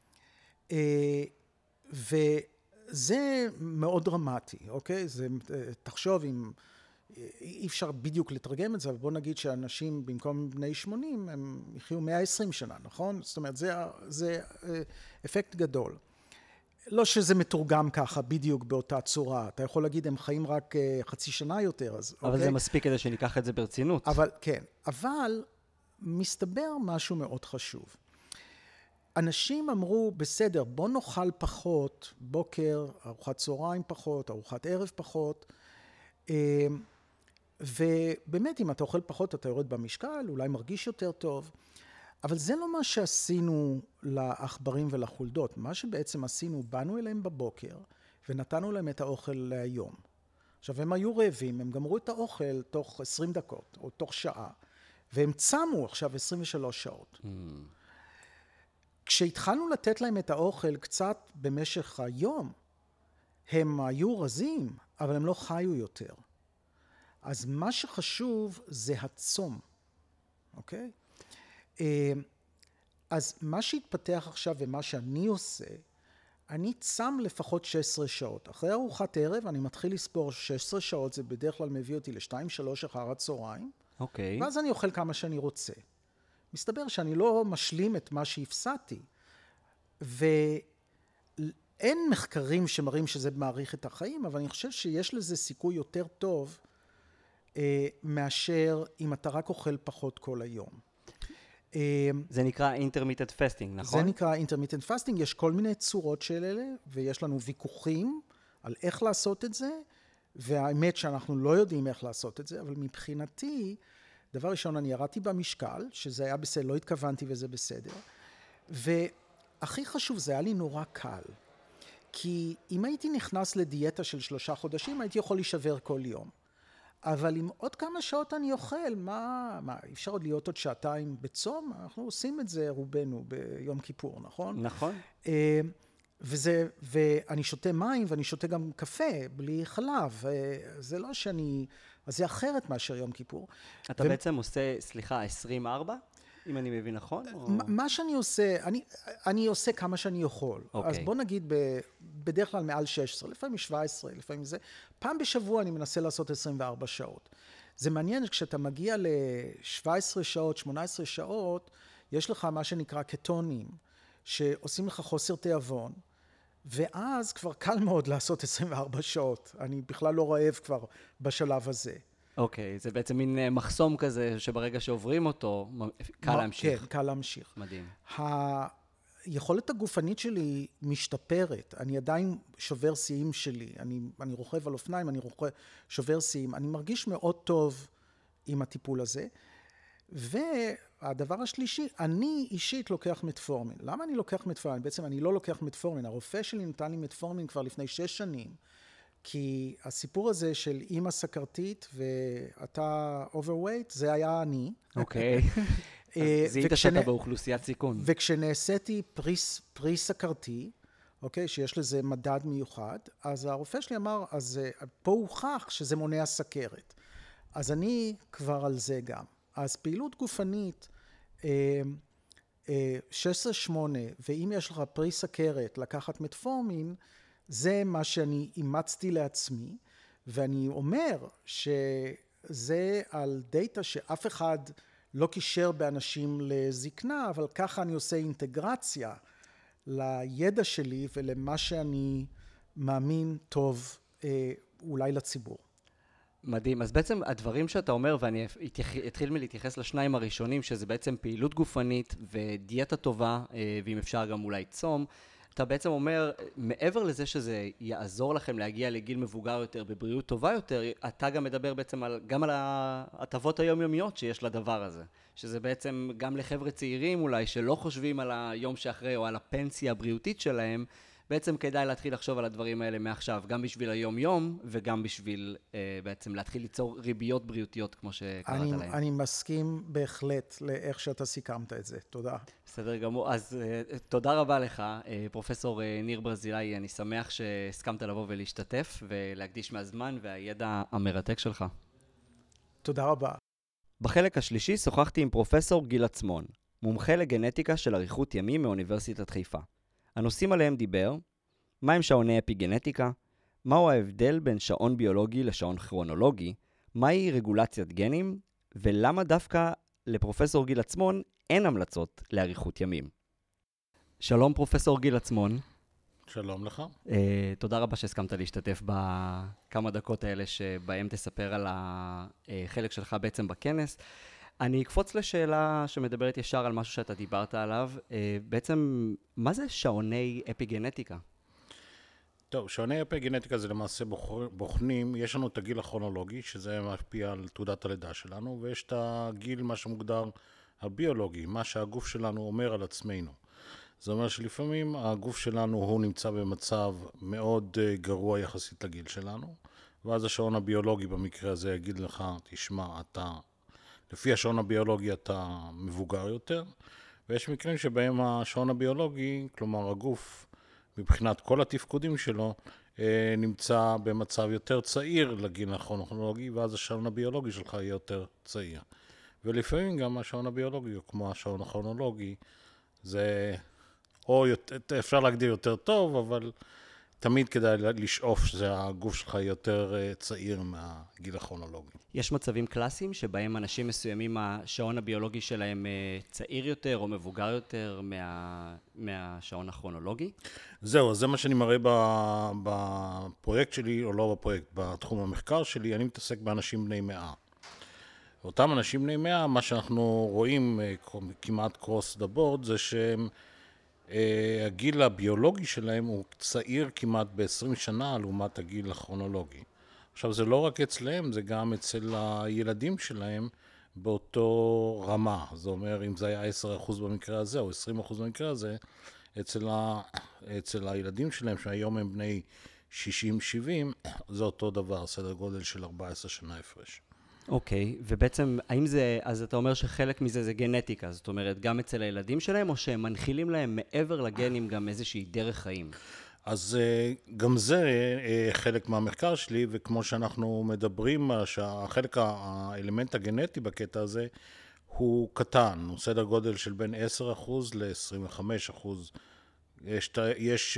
Speaker 1: וזה מאוד דרמטי, אוקיי? זה, תחשוב אם... אי אפשר בדיוק לתרגם את זה, אבל בוא נגיד שאנשים במקום בני 80, הם יחיו 120 שנה, נכון? זאת אומרת, זה אפקט גדול. לא שזה מתורגם ככה בדיוק באותה צורה. אתה יכול להגיד, הם חיים רק חצי שנה יותר, אז
Speaker 5: אבל
Speaker 1: אוקיי?
Speaker 5: זה מספיק כדי שניקח את זה ברצינות.
Speaker 1: אבל כן, אבל מסתבר משהו מאוד חשוב. אנשים אמרו, בסדר, בוא נאכל פחות, בוקר, ארוחת צהריים פחות, ארוחת ערב פחות, ובאמת אם אתה אוכל פחות אתה יורד במשקל, אולי מרגיש יותר טוב, אבל זה לא מה שעשינו לעכברים ולחולדות. מה שבעצם עשינו, באנו אליהם בבוקר ונתנו להם את האוכל להיום. עכשיו הם היו רעבים, הם גמרו את האוכל תוך 20 דקות או תוך שעה, והם צמו עכשיו 23 שעות. כשהתחלנו לתת להם את האוכל קצת במשך היום, הם היו רזים, אבל הם לא חיו יותר. אז מה שחשוב זה הצום, אוקיי? אז מה שהתפתח עכשיו ומה שאני עושה, אני צם לפחות 16 שעות. אחרי ארוחת ערב אני מתחיל לספור 16 שעות, זה בדרך כלל מביא אותי ל-2-3 אחר הצהריים.
Speaker 5: אוקיי.
Speaker 1: ואז אני אוכל כמה שאני רוצה. מסתבר שאני לא משלים את מה שהפסדתי. ואין מחקרים שמראים שזה מעריך את החיים, אבל אני חושב שיש לזה סיכוי יותר טוב מאשר אם אתה רק אוכל פחות כל היום.
Speaker 5: זה נקרא intermittent fasting, נכון?
Speaker 1: זה נקרא intermittent fasting, יש כל מיני צורות של אלה, ויש לנו ויכוחים על איך לעשות את זה, והאמת שאנחנו לא יודעים איך לעשות את זה, אבל מבחינתי, דבר ראשון, אני ירדתי במשקל, שזה היה בסדר, לא התכוונתי וזה בסדר, והכי חשוב, זה היה לי נורא קל, כי אם הייתי נכנס לדיאטה של 3 חודשים, הייתי יכול להישבר כל יום. אבל אם עוד כמה שעות אני אוכל, מה, אפשר עוד להיות עוד 2 שעתיים בצום? אנחנו עושים את זה רובנו ביום כיפור, נכון?
Speaker 5: נכון.
Speaker 1: ואני שותה מים ואני שותה גם קפה בלי חלב. זה לא שאני... אז זה אחרת מאשר יום כיפור.
Speaker 5: אתה בעצם עושה, סליחה, 24? אם אני מבין נכון?
Speaker 1: מה שאני עושה, אני עושה כמה שאני יכול. אז בוא נגיד בדרך כלל מעל 16, לפעמים 17, לפעמים זה. פעם בשבוע אני מנסה לעשות 24 שעות. זה מעניין, כשאתה מגיע ל-17 שעות, 18 שעות, יש לך מה שנקרא קטונים, שעושים לך חוסר תיאבון, ואז כבר קל מאוד לעשות 24 שעות. אני בכלל לא רעב כבר בשלב הזה.
Speaker 5: אוקיי, זה בעצם מין מחסום כזה, שברגע שעוברים אותו, קל להמשיך.
Speaker 1: כן, קל להמשיך.
Speaker 5: מדהים.
Speaker 1: היכולת הגופנית שלי משתפרת. אני עדיין שובר שיאים שלי. אני רוכב על אופניים, שובר שיאים. אני מרגיש מאוד טוב עם הטיפול הזה. והדבר השלישי, אני אישית לוקח מטפורמין. למה אני לוקח מטפורמין? בעצם אני לא לוקח מטפורמין. הרופא שלי נתן לי מטפורמין כבר לפני 6 שנים. כי הסיפור הזה של אמא סכרתית ואתה overweight, זה היה אני.
Speaker 5: אוקיי. זיהית שאתה באוכלוסיית סיכון.
Speaker 1: וכשנעשיתי פרי סכרתי, אוקיי, שיש לזה מדד מיוחד, אז הרופא שלי אמר, אז פה הוכח שזה מונע סכרת. אז אני כבר על זה גם. אז פעילות גופנית, 16-8, ואם יש לך פרי סכרת, לקחת מטפורמין, זה מה שאני אימצתי לעצמי, ואני אומר שזה על דאטה שאף אחד לא קישר באנשים לזקנה, אבל ככה אני עושה אינטגרציה לידע שלי ולמה שאני מאמין טוב אולי לציבור.
Speaker 5: מדהים. אז בעצם הדברים שאתה אומר, ואני אתחיל מלהתייחס לשניים הראשונים, שזה בעצם פעילות גופנית ודיאטה טובה, ואם אפשר גם אולי צום, אתה בעצם אומר, מעבר לזה שזה יעזור לכם להגיע לגיל מבוגר יותר, בבריאות טובה יותר, אתה גם מדבר בעצם גם על ההטבות היומיומיות שיש לדבר הזה. שזה בעצם גם לחבר'ה צעירים אולי, שלא חושבים על היום שאחרי או על הפנסיה הבריאותית שלהם, בעצם כדאי להתחיל לחשוב על הדברים האלה מעכשיו, גם בשביל היום-יום, וגם בשביל בעצם להתחיל ליצור ריביות בריאותיות, כמו שקראת להם.
Speaker 1: אני מסכים בהחלט לאיך שאתה סיכמת את זה. תודה.
Speaker 5: בסדר גמור. אז תודה רבה לך, פרופסור ניר ברזילי. אני שמח שהסכמת לבוא ולהשתתף, ולהקדיש מהזמן והידע המרתק שלך.
Speaker 1: תודה רבה.
Speaker 5: בחלק השלישי שוחחתי עם פרופסור גיל עצמון, מומחה לגנטיקה של אריכות ימים מאוניברסיטת חיפה. הנושאים עליהם דיבר, מהם שעוני אפיגנטיקה, מהו ההבדל בין שעון ביולוגי לשעון כרונולוגי, מהי רגולציית גנים, ולמה דווקא לפרופסור גיל עצמון אין המלצות לאריכות ימים. שלום פרופסור גיל עצמון.
Speaker 3: שלום לך.
Speaker 5: תודה רבה שהסכמת להשתתף בכמה דקות האלה שבהם תספר על החלק שלך בעצם בכנס. אני אקפוץ לשאלה שמדברת ישר על משהו שאתה דיברת עליו. בעצם, מה זה שעוני אפיגנטיקה?
Speaker 3: טוב, שעוני אפיגנטיקה זה למעשה בוחנים, יש לנו את הגיל הכרונולוגי, שזה משפיע על תעודת הלידה שלנו, ויש את הגיל, מה שמוגדר הביולוגי, מה שהגוף שלנו אומר על עצמנו. זה אומר שלפעמים הגוף שלנו הוא נמצא במצב מאוד גרוע יחסית לגיל שלנו, ואז השעון הביולוגי במקרה הזה יגיד לך, תשמע, לפי השעון הביולוגי אתה מבוגר יותר, ויש מקרים שבהם השעון הביולוגי, כלומר הגוף, מבחינת כל התפקודים שלו, נמצא במצב יותר צעיר לגיל הכרונולוגי, ואז השעון הביולוגי שלך יהיה יותר צעיר. ולפעמים גם השעון הביולוגי, כמו השעון הכרונולוגי, זה או אפשר להגדיר יותר טוב, אבל תמיד כדאי לשאוף שהגוף שלך יותר צעיר מהגיל הכרונולוגי.
Speaker 5: יש מצבים קלאסיים שבהם אנשים מסוימים השעון הביולוגי שלהם צעיר יותר או מבוגר יותר מהשעון הכרונולוגי?
Speaker 3: זהו, אז זה מה שאני מראה בפרויקט שלי, או לא בפרויקט, בתחום המחקר שלי, אני מתעסק באנשים בני 100. אותם אנשים בני 100, מה שאנחנו רואים כמעט קרוס דה בורד, זה שהם הגיל הביולוגי שלהם הוא צעיר כמעט ב-20 שנה לעומת הגיל הכרונולוגי. עכשיו זה לא רק אצלהם, זה גם אצל הילדים שלהם באותו רמה. זה אומר אם זה היה 10% במקרה הזה או 20% במקרה הזה, אצל הילדים שלהם שהיום הם בני 60-70, זה אותו דבר, סדר גודל של 14 שנה הפרש.
Speaker 5: אוקיי, ובעצם, האם זה, אז אתה אומר שחלק מזה זה גנטיקה, זאת אומרת, גם אצל הילדים שלהם, או שהם מנחילים להם מעבר לגנים גם איזושהי דרך חיים?
Speaker 3: אז גם זה חלק מהמחקר שלי, וכמו שאנחנו מדברים, שהחלק, האלמנט הגנטי בקטע הזה, הוא קטן, הוא סדר גודל של בין 10% ל-25%. יש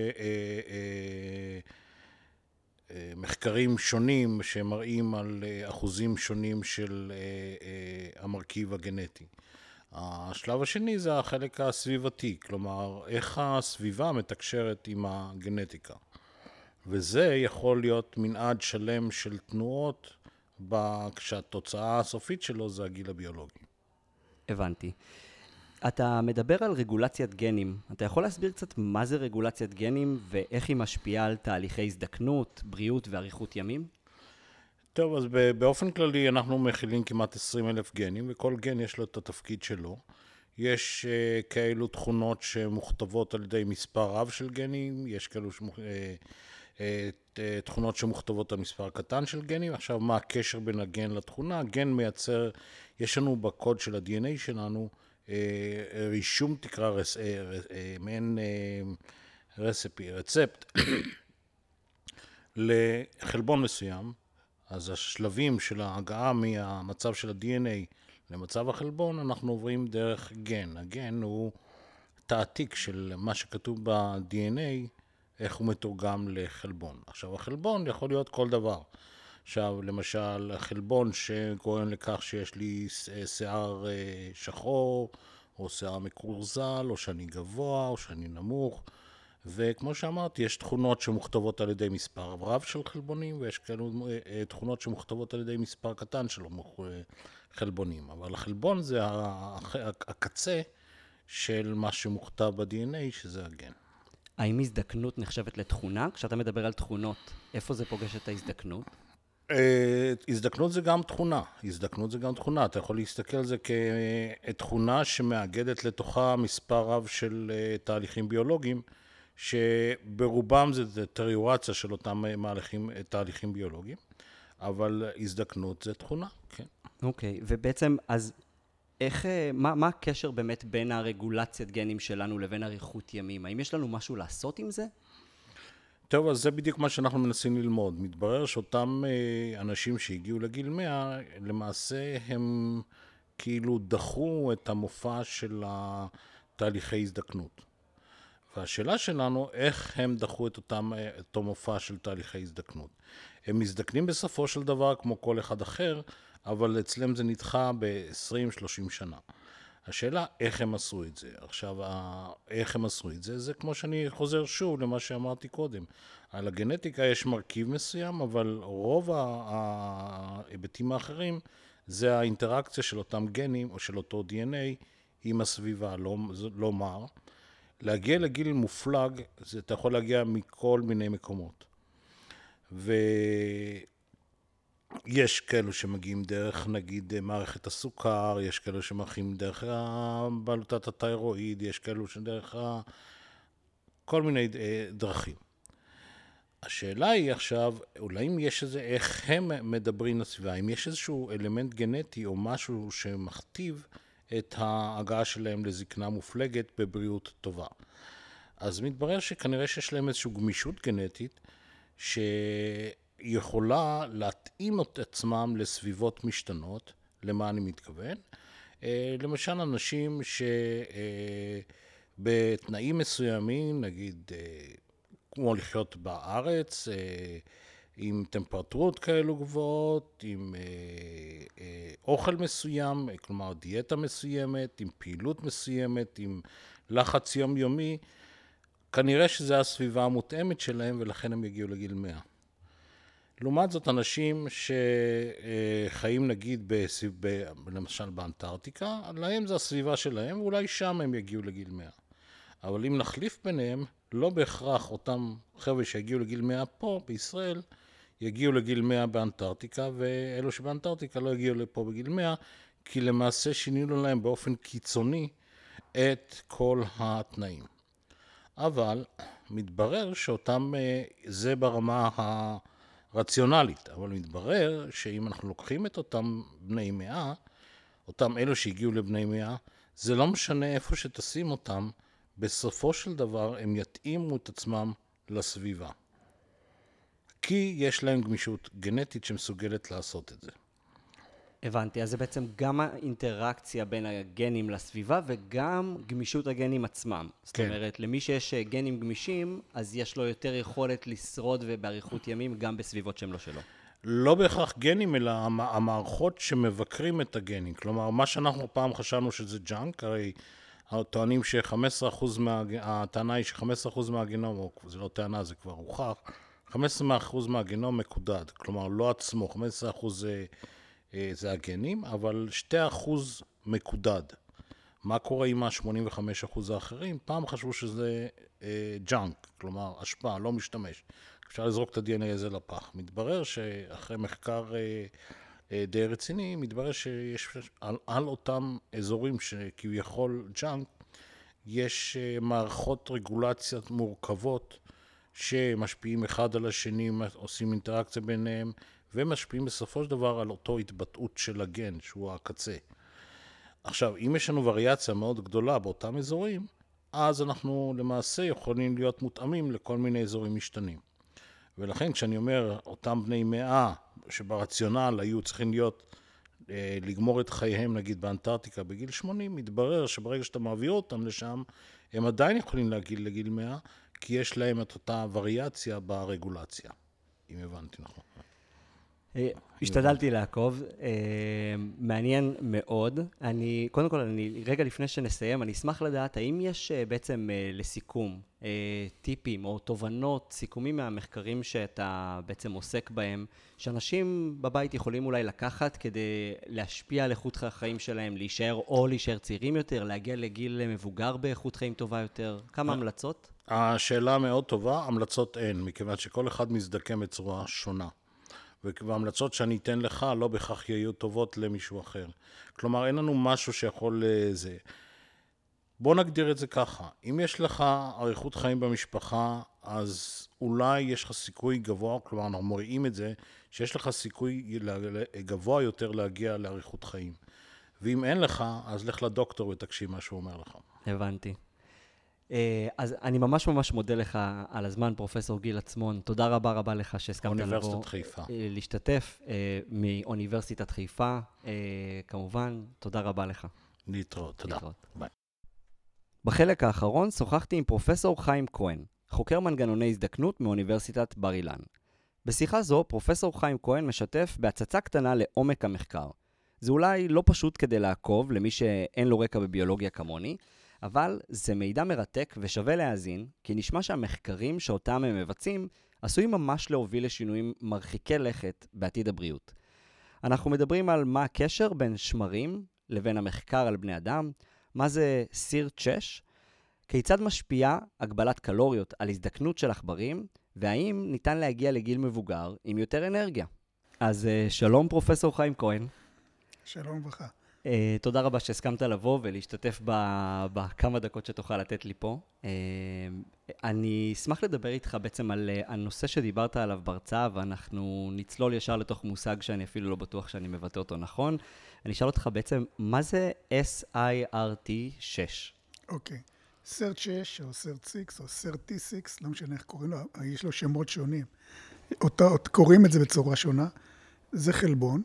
Speaker 3: מחקרים שונים שמראים על אחוזים שונים של המרכיב הגנטי. השלב השני זה החלק הסביבתי, כלומר, איך הסביבה מתקשרת עם הגנטיקה. וזה יכול להיות מנעד שלם של תנועות, כשהתוצאה הסופית שלו זה הגיל הביולוגי.
Speaker 5: הבנתי. אתה מדבר על רגולציית גנים. אתה יכול להסביר קצת מה זה רגולציית גנים ואיך היא משפיעה על תהליכי הזדקנות, בריאות ואריכות ימים?
Speaker 3: טוב, אז באופן כללי אנחנו מכילים כמעט 20,000 גנים, וכל גן יש לו את התפקיד שלו. יש כאלו תכונות שמוכתבות על ידי מספר רב של גנים, יש כאלו תכונות שמוכתבות על מספר קטן של גנים. עכשיו, מה הקשר בין הגן לתכונה? הגן מייצר, יש לנו בקוד של ה-DNA שלנו, רישום תקרא, מעין רצפט לחלבון מסוים. אז השלבים של ההגעה מהמצב של ה-DNA למצב החלבון, אנחנו עוברים דרך גן. הגן הוא תעתיק של מה שכתוב ב-DNA, איך הוא מתורגם לחלבון. עכשיו, החלבון יכול להיות כל דבר. עכשיו, למשל, החלבון שגורם לכך שיש לי שיער שחור, או שיער מקורזל, או שאני גבוה, או שאני נמוך. וכמו שאמרתי, יש תכונות שמוכתבות על ידי מספר רב של חלבונים, ויש כאלו תכונות שמוכתבות על ידי מספר קטן של חלבונים. אבל החלבון זה הקצה של מה שמוכתב ב-DNA, שזה הגן.
Speaker 5: האם הזדקנות נחשבת לתכונה? כשאתה מדבר על תכונות, איפה זה פוגש את ההזדקנות?
Speaker 3: הזדקנות זה גם תכונה. הזדקנות זה גם תכונה. אתה יכול להסתכל על זה כתכונה שמאגדת לתוכה מספר רב של תהליכים ביולוגיים, שברובם זה דטריורציה של אותם תהליכים ביולוגיים, אבל הזדקנות זה תכונה, כן.
Speaker 5: אוקיי, ובעצם אז מה הקשר באמת בין הרגולציית גנים שלנו לבין אריכות ימים? האם יש לנו משהו לעשות עם זה?
Speaker 3: טוב, אז זה בדיוק מה שאנחנו מנסים ללמוד. מתברר שאותם אנשים שהגיעו לגיל 100, למעשה הם כאילו דחו את המופע של תהליכי הזדקנות. והשאלה שלנו, איך הם דחו את אותו מופע של תהליכי הזדקנות. הם מזדקנים בסופו של דבר כמו כל אחד אחר, אבל אצלם זה נדחה ב-20-30 שנה. השאלה, איך הם עשו את זה? עכשיו, איך הם עשו את זה? זה כמו שאני חוזר שוב למה שאמרתי קודם. על הגנטיקה יש מרכיב מסוים, אבל רוב ההיבטים האחרים זה האינטראקציה של אותם גנים או של אותו DNA עם הסביבה, לא מר. להגיע לגיל מופלג, אתה יכול להגיע מכל מיני מקומות. ויש כאלו שמגיעים דרך, נגיד, מערכת הסוכר, יש כאלו שמגיעים דרך בלוטת התיירואיד, יש כאלו שדרך כל מיני דרכים. השאלה היא עכשיו, אולי אם יש איזה, איך הם מדברים לסביבה, אם יש איזשהו אלמנט גנטי או משהו שמכתיב את ההגעה שלהם לזקנה מופלגת בבריאות טובה. אז מתברר שכנראה שיש להם איזושהי גמישות גנטית שיכולה להתאים את עצמם לסביבות משתנות, למה אני מתכוון. למשל אנשים שבתנאים מסוימים, נגיד כמו לחיות בארץ, עם טמפרטורות כאלו גבוהות, עם אוכל מסוים, כלומר דיאטה מסוימת, עם פעילות מסוימת, עם לחץ יומיומי, כנראה שזו הסביבה המותאמת שלהם ולכן הם יגיעו לגיל 100. לעומת זאת, אנשים שחיים נגיד למשל באנטארקטיקה, להם זו הסביבה שלהם ואולי שם הם יגיעו לגיל 100. אבל אם נחליף ביניהם, לא בהכרח אותם חבר'ה שהגיעו לגיל 100 פה בישראל, יגיעו לגיל 100 באנטארקטיקה, ואלו שבאנטארקטיקה לא יגיעו לפה בגיל 100, כי למעשה שינינו להם באופן קיצוני את כל התנאים. אבל מתברר שאותם, זה ברמה רציונלית, אבל מתברר שאם אנחנו לוקחים את אותם בני 100, אותם אלו שהגיעו לבני 100, זה לא משנה איפה שתשים אותם, בסופו של דבר הם יתאימו את עצמם לסביבה. כי יש להם גמישות גנטית שמסוגלת לעשות את זה.
Speaker 5: הבנתי, אז זה בעצם גם האינטראקציה בין הגנים לסביבה וגם גמישות הגנים עצמם. זאת אומרת, למי שיש גנים גמישים, אז יש לו יותר יכולת לשרוד ובאריכות ימים גם בסביבות שהן לא שלו.
Speaker 3: לא בהכרח גנים, אלא המערכות שמבקרים את הגנים. כלומר, מה שאנחנו פעם חשבנו שזה ג'אנק, הרי טוענים הטענה היא ש15% מהגנום, או זה לא טענה, זה כבר הוכח, 15% מהגנום מקודד. כלומר, לא עצמו, 15% זה הגנים, אבל 2% מקודד. מה קורה עם ה-85% האחרים? פעם חשבו שזה ג'אנק, כלומר, השפעה, לא משתמש. אפשר לזרוק את ה-DNA הזה לפח. מתברר שאחרי מחקר די רציני, מתברר שיש על אותם אזורים שכביכול ג'אנק, יש מערכות רגולציות מורכבות שמשפיעים אחד על השני, עושים אינטראקציה ביניהם, ומשפיעים בסופו של דבר על אותו התבטאות של הגן, שהוא הקצה. עכשיו, אם יש לנו וריאציה מאוד גדולה באותם אזורים, אז אנחנו למעשה יכולים להיות מותאמים לכל מיני אזורים משתנים. ולכן כשאני אומר, אותם בני 100 שברציונל היו צריכים לגמור את חייהם, נגיד באנטארקטיקה בגיל 80, מתברר שברגע שאתה מעביר אותם לשם, הם עדיין יכולים להגיע לגיל 100, כי יש להם את אותה וריאציה ברגולציה, אם הבנתי נכון.
Speaker 5: השתדלתי לעקוב, מעניין מאוד. קודם כל, רגע לפני שנסיים, אני אשמח לדעת, האם יש בעצם לסיכום טיפים או תובנות, סיכומים מהמחקרים שאתה בעצם עוסק בהם, שאנשים בבית יכולים אולי לקחת כדי להשפיע על איכות החיים שלהם, להישאר צעירים יותר, להגיע לגיל מבוגר באיכות חיים טובה יותר? כמה המלצות?
Speaker 3: השאלה מאוד טובה, המלצות אין, מכיוון שכל אחד מזדקן בצורה שונה. וההמלצות שאני אתן לך לא בכך יהיו טובות למישהו אחר. כלומר, אין לנו משהו שיכול לזה. בוא נגדיר את זה ככה. אם יש לך אריכות חיים במשפחה, אז אולי יש לך סיכוי גבוה, כלומר, אנחנו מראים את זה, שיש לך סיכוי גבוה יותר להגיע לאריכות חיים. ואם אין לך, אז לך לדוקטור ותקשיב מה שהוא אומר לך.
Speaker 5: הבנתי. אז אני ממש מודה לך על הזמן, פרופסור גיל עצמון. תודה רבה לך שהסכמת לבוא להשתתף מאוניברסיטת חיפה. כמובן, תודה רבה לך.
Speaker 3: להתראות, תודה. ביי.
Speaker 5: בחלק האחרון שוחחתי עם פרופסור חיים כהן, חוקר מנגנוני הזדקנות מאוניברסיטת בר אילן. בשיחה זו, פרופסור חיים כהן משתף בהצצה קטנה לעומק המחקר. זה אולי לא פשוט כדי לעקוב למי שאין לו רקע בביולוגיה כמוני, אבל זה מידע מרתק ושווה להאזין, כי נשמע שהמחקרים שאותם הם מבצעים עשויים ממש להוביל לשינויים מרחיקי לכת בעתיד הבריאות. אנחנו מדברים על מה הקשר בין שמרים לבין המחקר על בני אדם, מה זה SIRT6, כיצד משפיעה הגבלת קלוריות על הזדקנות של עכברים, והאם ניתן להגיע לגיל מבוגר עם יותר אנרגיה. אז שלום פרופסור חיים כהן.
Speaker 4: שלום וברכה.
Speaker 5: תודה רבה שהסכמת לבוא ולהשתתף בכמה דקות שתוכל לתת לי פה. אני אשמח לדבר איתך בעצם על הנושא שדיברת עליו בהרצאה, ואנחנו נצלול ישר לתוך מושג שאני אפילו לא בטוח שאני מבטא אותו נכון. אני אשאל אותך בעצם, מה זה SIRT6?
Speaker 4: אוקיי. SIRT6 או SIRT6 או SIRT6, לא משנה איך קוראים לו, יש לו שמות שונים. קוראים את זה בצורה שונה. זה חלבון,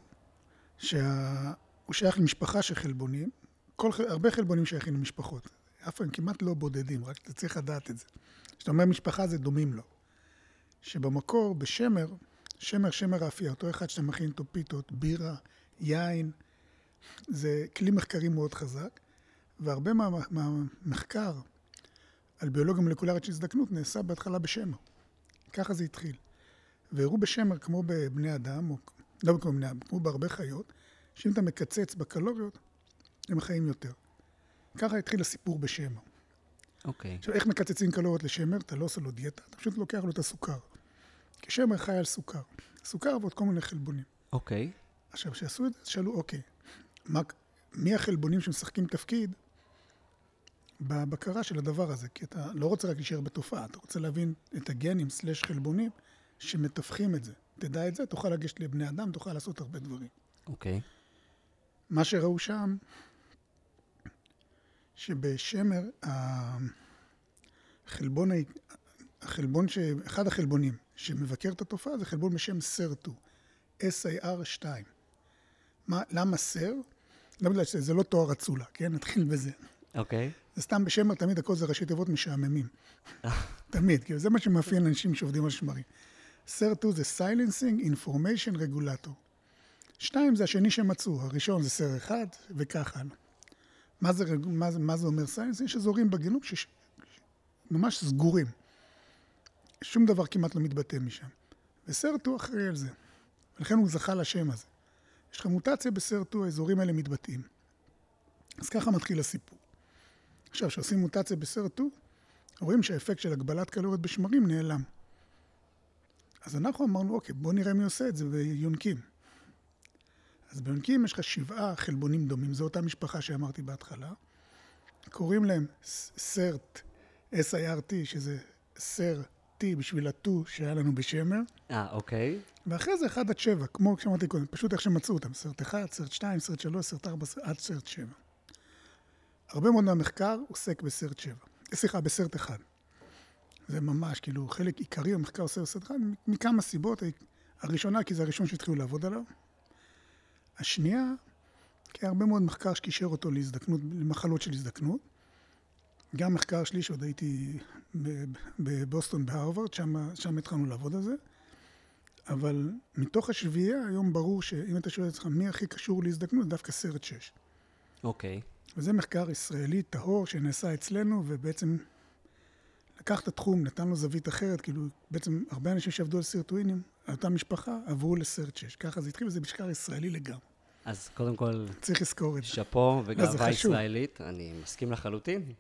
Speaker 4: הוא שייך למשפחה של חלבונים. הרבה חלבונים שייכים למשפחות. אף פעם כמעט לא בודדים, רק אתה צריך לדעת את זה. כשאתה אומר משפחה זה דומים לו. שבמקור, בשמר, שמר האפייה, אותו אחד שאתה מכין איתו פיתות, בירה, יין, זה כלי מחקרי מאוד חזק, והרבה מהמחקר על ביולוגיה מולקולרית של הזדקנות נעשה בהתחלה בשמר. ככה זה התחיל. והראו בשמר כמו בבני אדם, או לא כמו בני אדם, כמו בהרבה חיות, שאם אתה מקצץ בקלוריות, הם חיים יותר. ככה התחיל הסיפור בשמר.
Speaker 5: אוקיי.
Speaker 4: עכשיו, איך מקצצים קלוריות לשמר? אתה לא עושה לו דיאטה, אתה פשוט לוקח לו את הסוכר. כי שמר חי על סוכר. סוכר ועוד כל מיני חלבונים.
Speaker 5: אוקיי.
Speaker 4: עכשיו, כשעשו את זה, שאלו, אוקיי, מי החלבונים שמשחקים תפקיד בבקרה של הדבר הזה? כי אתה לא רוצה רק להישאר בתופעה, אתה רוצה להבין את הגנים / חלבונים שמתווכים את זה. תדע את זה, תוכל לגשת לבני אדם, תוכל לעשות הרבה דברים.
Speaker 5: אוקיי.
Speaker 4: מה שראו שם, שבשמר, אחד החלבונים שמבקר את התופעה זה חלבון בשם SIR2, SIR2. למה SIR? לא בגלל שזה לא תואר אצולה, כן? נתחיל בזה.
Speaker 5: אוקיי.
Speaker 4: זה סתם בשמר, תמיד הכל זה ראשי תיבות משעממים. תמיד, כי זה מה שמאפיין אנשים שעובדים על שמרים. SIR2 זה Silencing Information Regulator. 2 זה השני שמצאו, הראשון זה SIR1 וככה. מה זה אומר Silencing? יש אזורים בגנום ממש סגורים. שום דבר כמעט לא מתבטא משם. ו-SIR2 אחראי על זה. ולכן הוא זכה לשם הזה. יש לך מוטציה ב-SIR2, האזורים האלה מתבטאים. אז ככה מתחיל הסיפור. עכשיו, כשעושים מוטציה ב-SIR2, רואים שהאפקט של הגבלת קלוריות בשמרים נעלם. אז אנחנו אמרנו, אוקיי, בוא נראה מי עושה את זה ביונקים. אז ביונקים יש לך 7 חלבונים דומים, זו אותה משפחה שאמרתי בהתחלה. קוראים להם SIRT, SIRT, שזה SIRT בשביל ה-2 שהיה לנו בשמר.
Speaker 5: אוקיי.
Speaker 4: ואחרי זה 1 עד 7, כמו שאמרתי קודם, פשוט איך שמצאו אותם, SIRT 1, SIRT 2, SIRT 3, SIRT 4, עד SIRT 7. הרבה מאוד מהמחקר עוסק ב-SIRT 7. סליחה, ב-SIRT 1. זה ממש, כאילו, חלק עיקרי המחקר עושה ב-SIRT 1, מכמה סיבות. הראשונה, כי זה הראשון שהתחילו לעבוד עליו. השנייה, כי הרבה מאוד מחקר שקישר אותו להזדקנות, למחלות של הזדקנות. גם מחקר שלי שעוד הייתי בבוסטון, בהרווארד, שם התחלנו לעבוד על זה. אבל מתוך השביעייה, היום ברור שאם אתה שואל את עצמך מי הכי קשור להזדקנות, דווקא SIRT 6.
Speaker 5: אוקיי.
Speaker 4: וזה מחקר ישראלי טהור שנעשה אצלנו, ובעצם לקח את התחום, נתן לו זווית אחרת, כאילו בעצם הרבה אנשים שעבדו על סירטואינים, על אותה משפחה, עברו ל-SIRT 6. ככה זה התחיל, וזה מחקר ישראלי לגמרי.
Speaker 5: אז קודם כל,
Speaker 4: צריך לזכור את זה.
Speaker 5: שפו וגאווה ישראלית, אני מסכים לחלוטין.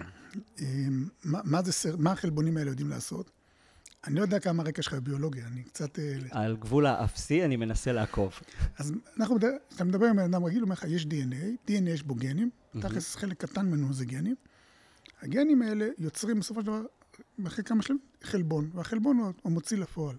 Speaker 4: מה החלבונים האלה יודעים לעשות? אני לא יודע כמה הרקע שלך בביולוגיה, אני קצת...
Speaker 5: על גבול האפסי אני מנסה לעקוב.
Speaker 4: אז כשאתה מדבר עם אדם רגיל, הוא אומר לך, יש DNA יש בו גנים, תכלס חלק קטן ממנו זה גנים. הגנים האלה יוצרים בסופו של דבר, אחרי כמה שלבים, חלבון, והחלבון הוא מוציא לפועל.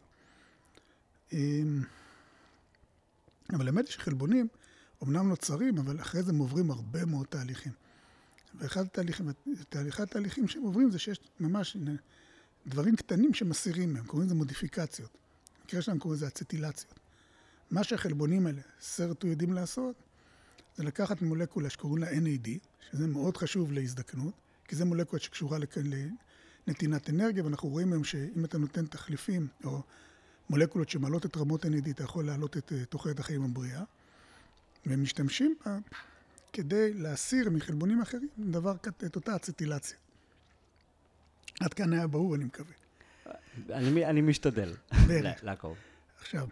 Speaker 4: אבל האמת שחלבונים, אמנם נוצרים, אבל אחרי זה הם עוברים הרבה מאוד תהליכים. ואחד התהליכים שהם עוברים זה שיש ממש דברים קטנים שמסירים מהם, קוראים לזה מודיפיקציות. במקרה שלהם קוראים לזה אצטילציות. מה שהחלבונים האלה, SIRT יודעים לעשות, זה לקחת מולקולה שקוראים לה NAD, שזה מאוד חשוב להזדקנות, כי זה מולקולה שקשורה לנתינת אנרגיה, ואנחנו רואים היום שאם אתה נותן תחליפים, או מולקולות שמעלות את רמות NAD, אתה יכול להעלות את תוחלת החיים הבריאה, והם משתמשים בה כדי להסיר מחלבונים אחרים את אותה אצטילציה. עד כאן היה ברור, אני מקווה.
Speaker 5: אני משתדל לעקוב.
Speaker 4: עכשיו,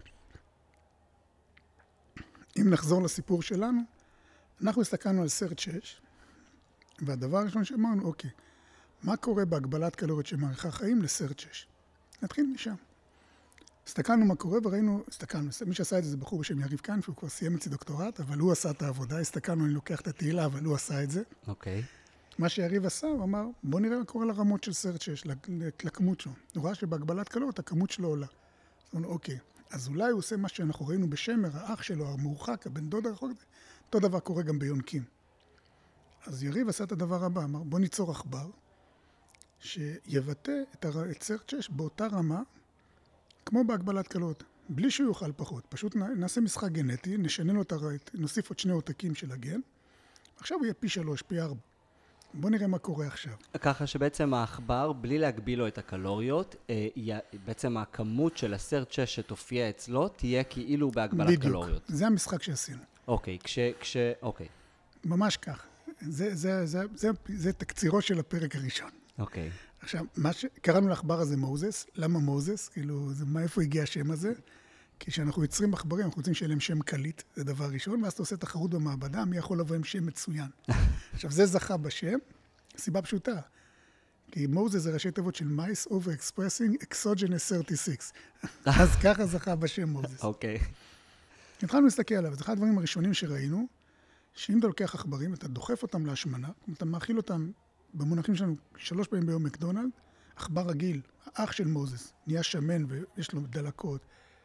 Speaker 4: אם נחזור לסיפור שלנו, אנחנו הסתכלנו על SIRT 6, והדבר הראשון שאמרנו, אוקיי, מה קורה בהגבלת קלוריות שמאריכה חיים ל-SIRT 6? נתחיל משם. הסתכלנו מה קורה וראינו, מי שעשה את זה בחור בשם יריב כנפי, הוא כבר סיים אצלי דוקטורט, אבל הוא עשה את העבודה, הסתכלנו, אני לוקח את התהילה, אבל הוא עשה את זה.
Speaker 5: אוקיי.
Speaker 4: מה שיריב עשה, הוא אמר, בוא נראה מה קורה לרמות של SIRT 6, לכמות שלו. הוא ראה שבהגבלת קלוריות, הכמות שלו עולה. אז הוא אומר, אוקיי, אז אולי הוא עושה מה שאנחנו ראינו בשמר, האח שלו, המורחק, הבן דוד הרחוק, אותו דבר קורה גם ביונקים. אז יריב עשה את הדבר הבא, אמר, בוא ניצור עכבר, שיבטא את SIRT 6 באותה רמה, כמו בהגבלת קלוריות, בלי שהוא יאכל פחות. פשוט נעשה משחק גנטי, נשנה לו את הרעית, נוסיף עוד 2 עותקים של הגן, עכשיו הוא יהיה פי 3, פי 4. בוא נראה מה קורה עכשיו.
Speaker 5: ככה שבעצם העכבר, בלי להגביל לו את הקלוריות, בעצם הכמות של SIRT 6 שתופיע אצלו, תהיה כאילו בהגבלת קלוריות.
Speaker 4: בדיוק, זה המשחק שעשינו.
Speaker 5: אוקיי, אוקיי.
Speaker 4: ממש כך. זה תקצירו של הפרק הראשון.
Speaker 5: אוקיי.
Speaker 4: עכשיו, קראנו לעכבר הזה מוזס. למה מוזס? כאילו, מאיפה הגיע השם הזה? כי כשאנחנו יוצרים עכברים, אנחנו רוצים שיהיה להם שם קליט, זה דבר ראשון, ואז אתה עושה תחרות במעבדה, מי יכול לבוא עם שם מצוין. עכשיו, זה זכה בשם, סיבה פשוטה. כי מוזס זה ראשי תיבות של Mice Overexpressing Exogenous 36. אז ככה זכה בשם מוזס.
Speaker 5: אוקיי.
Speaker 4: התחלנו להסתכל עליו, זה אחד הדברים הראשונים שראינו, שאם אתה לוקח עכברים, אתה דוחף אותם להשמנה, אתה מאכיל אותם במונחים שלנו 3 פעמים ביום מקדונלד, עכבר רגיל, האח של מוזס, נהיה שמן ויש לו דלקות,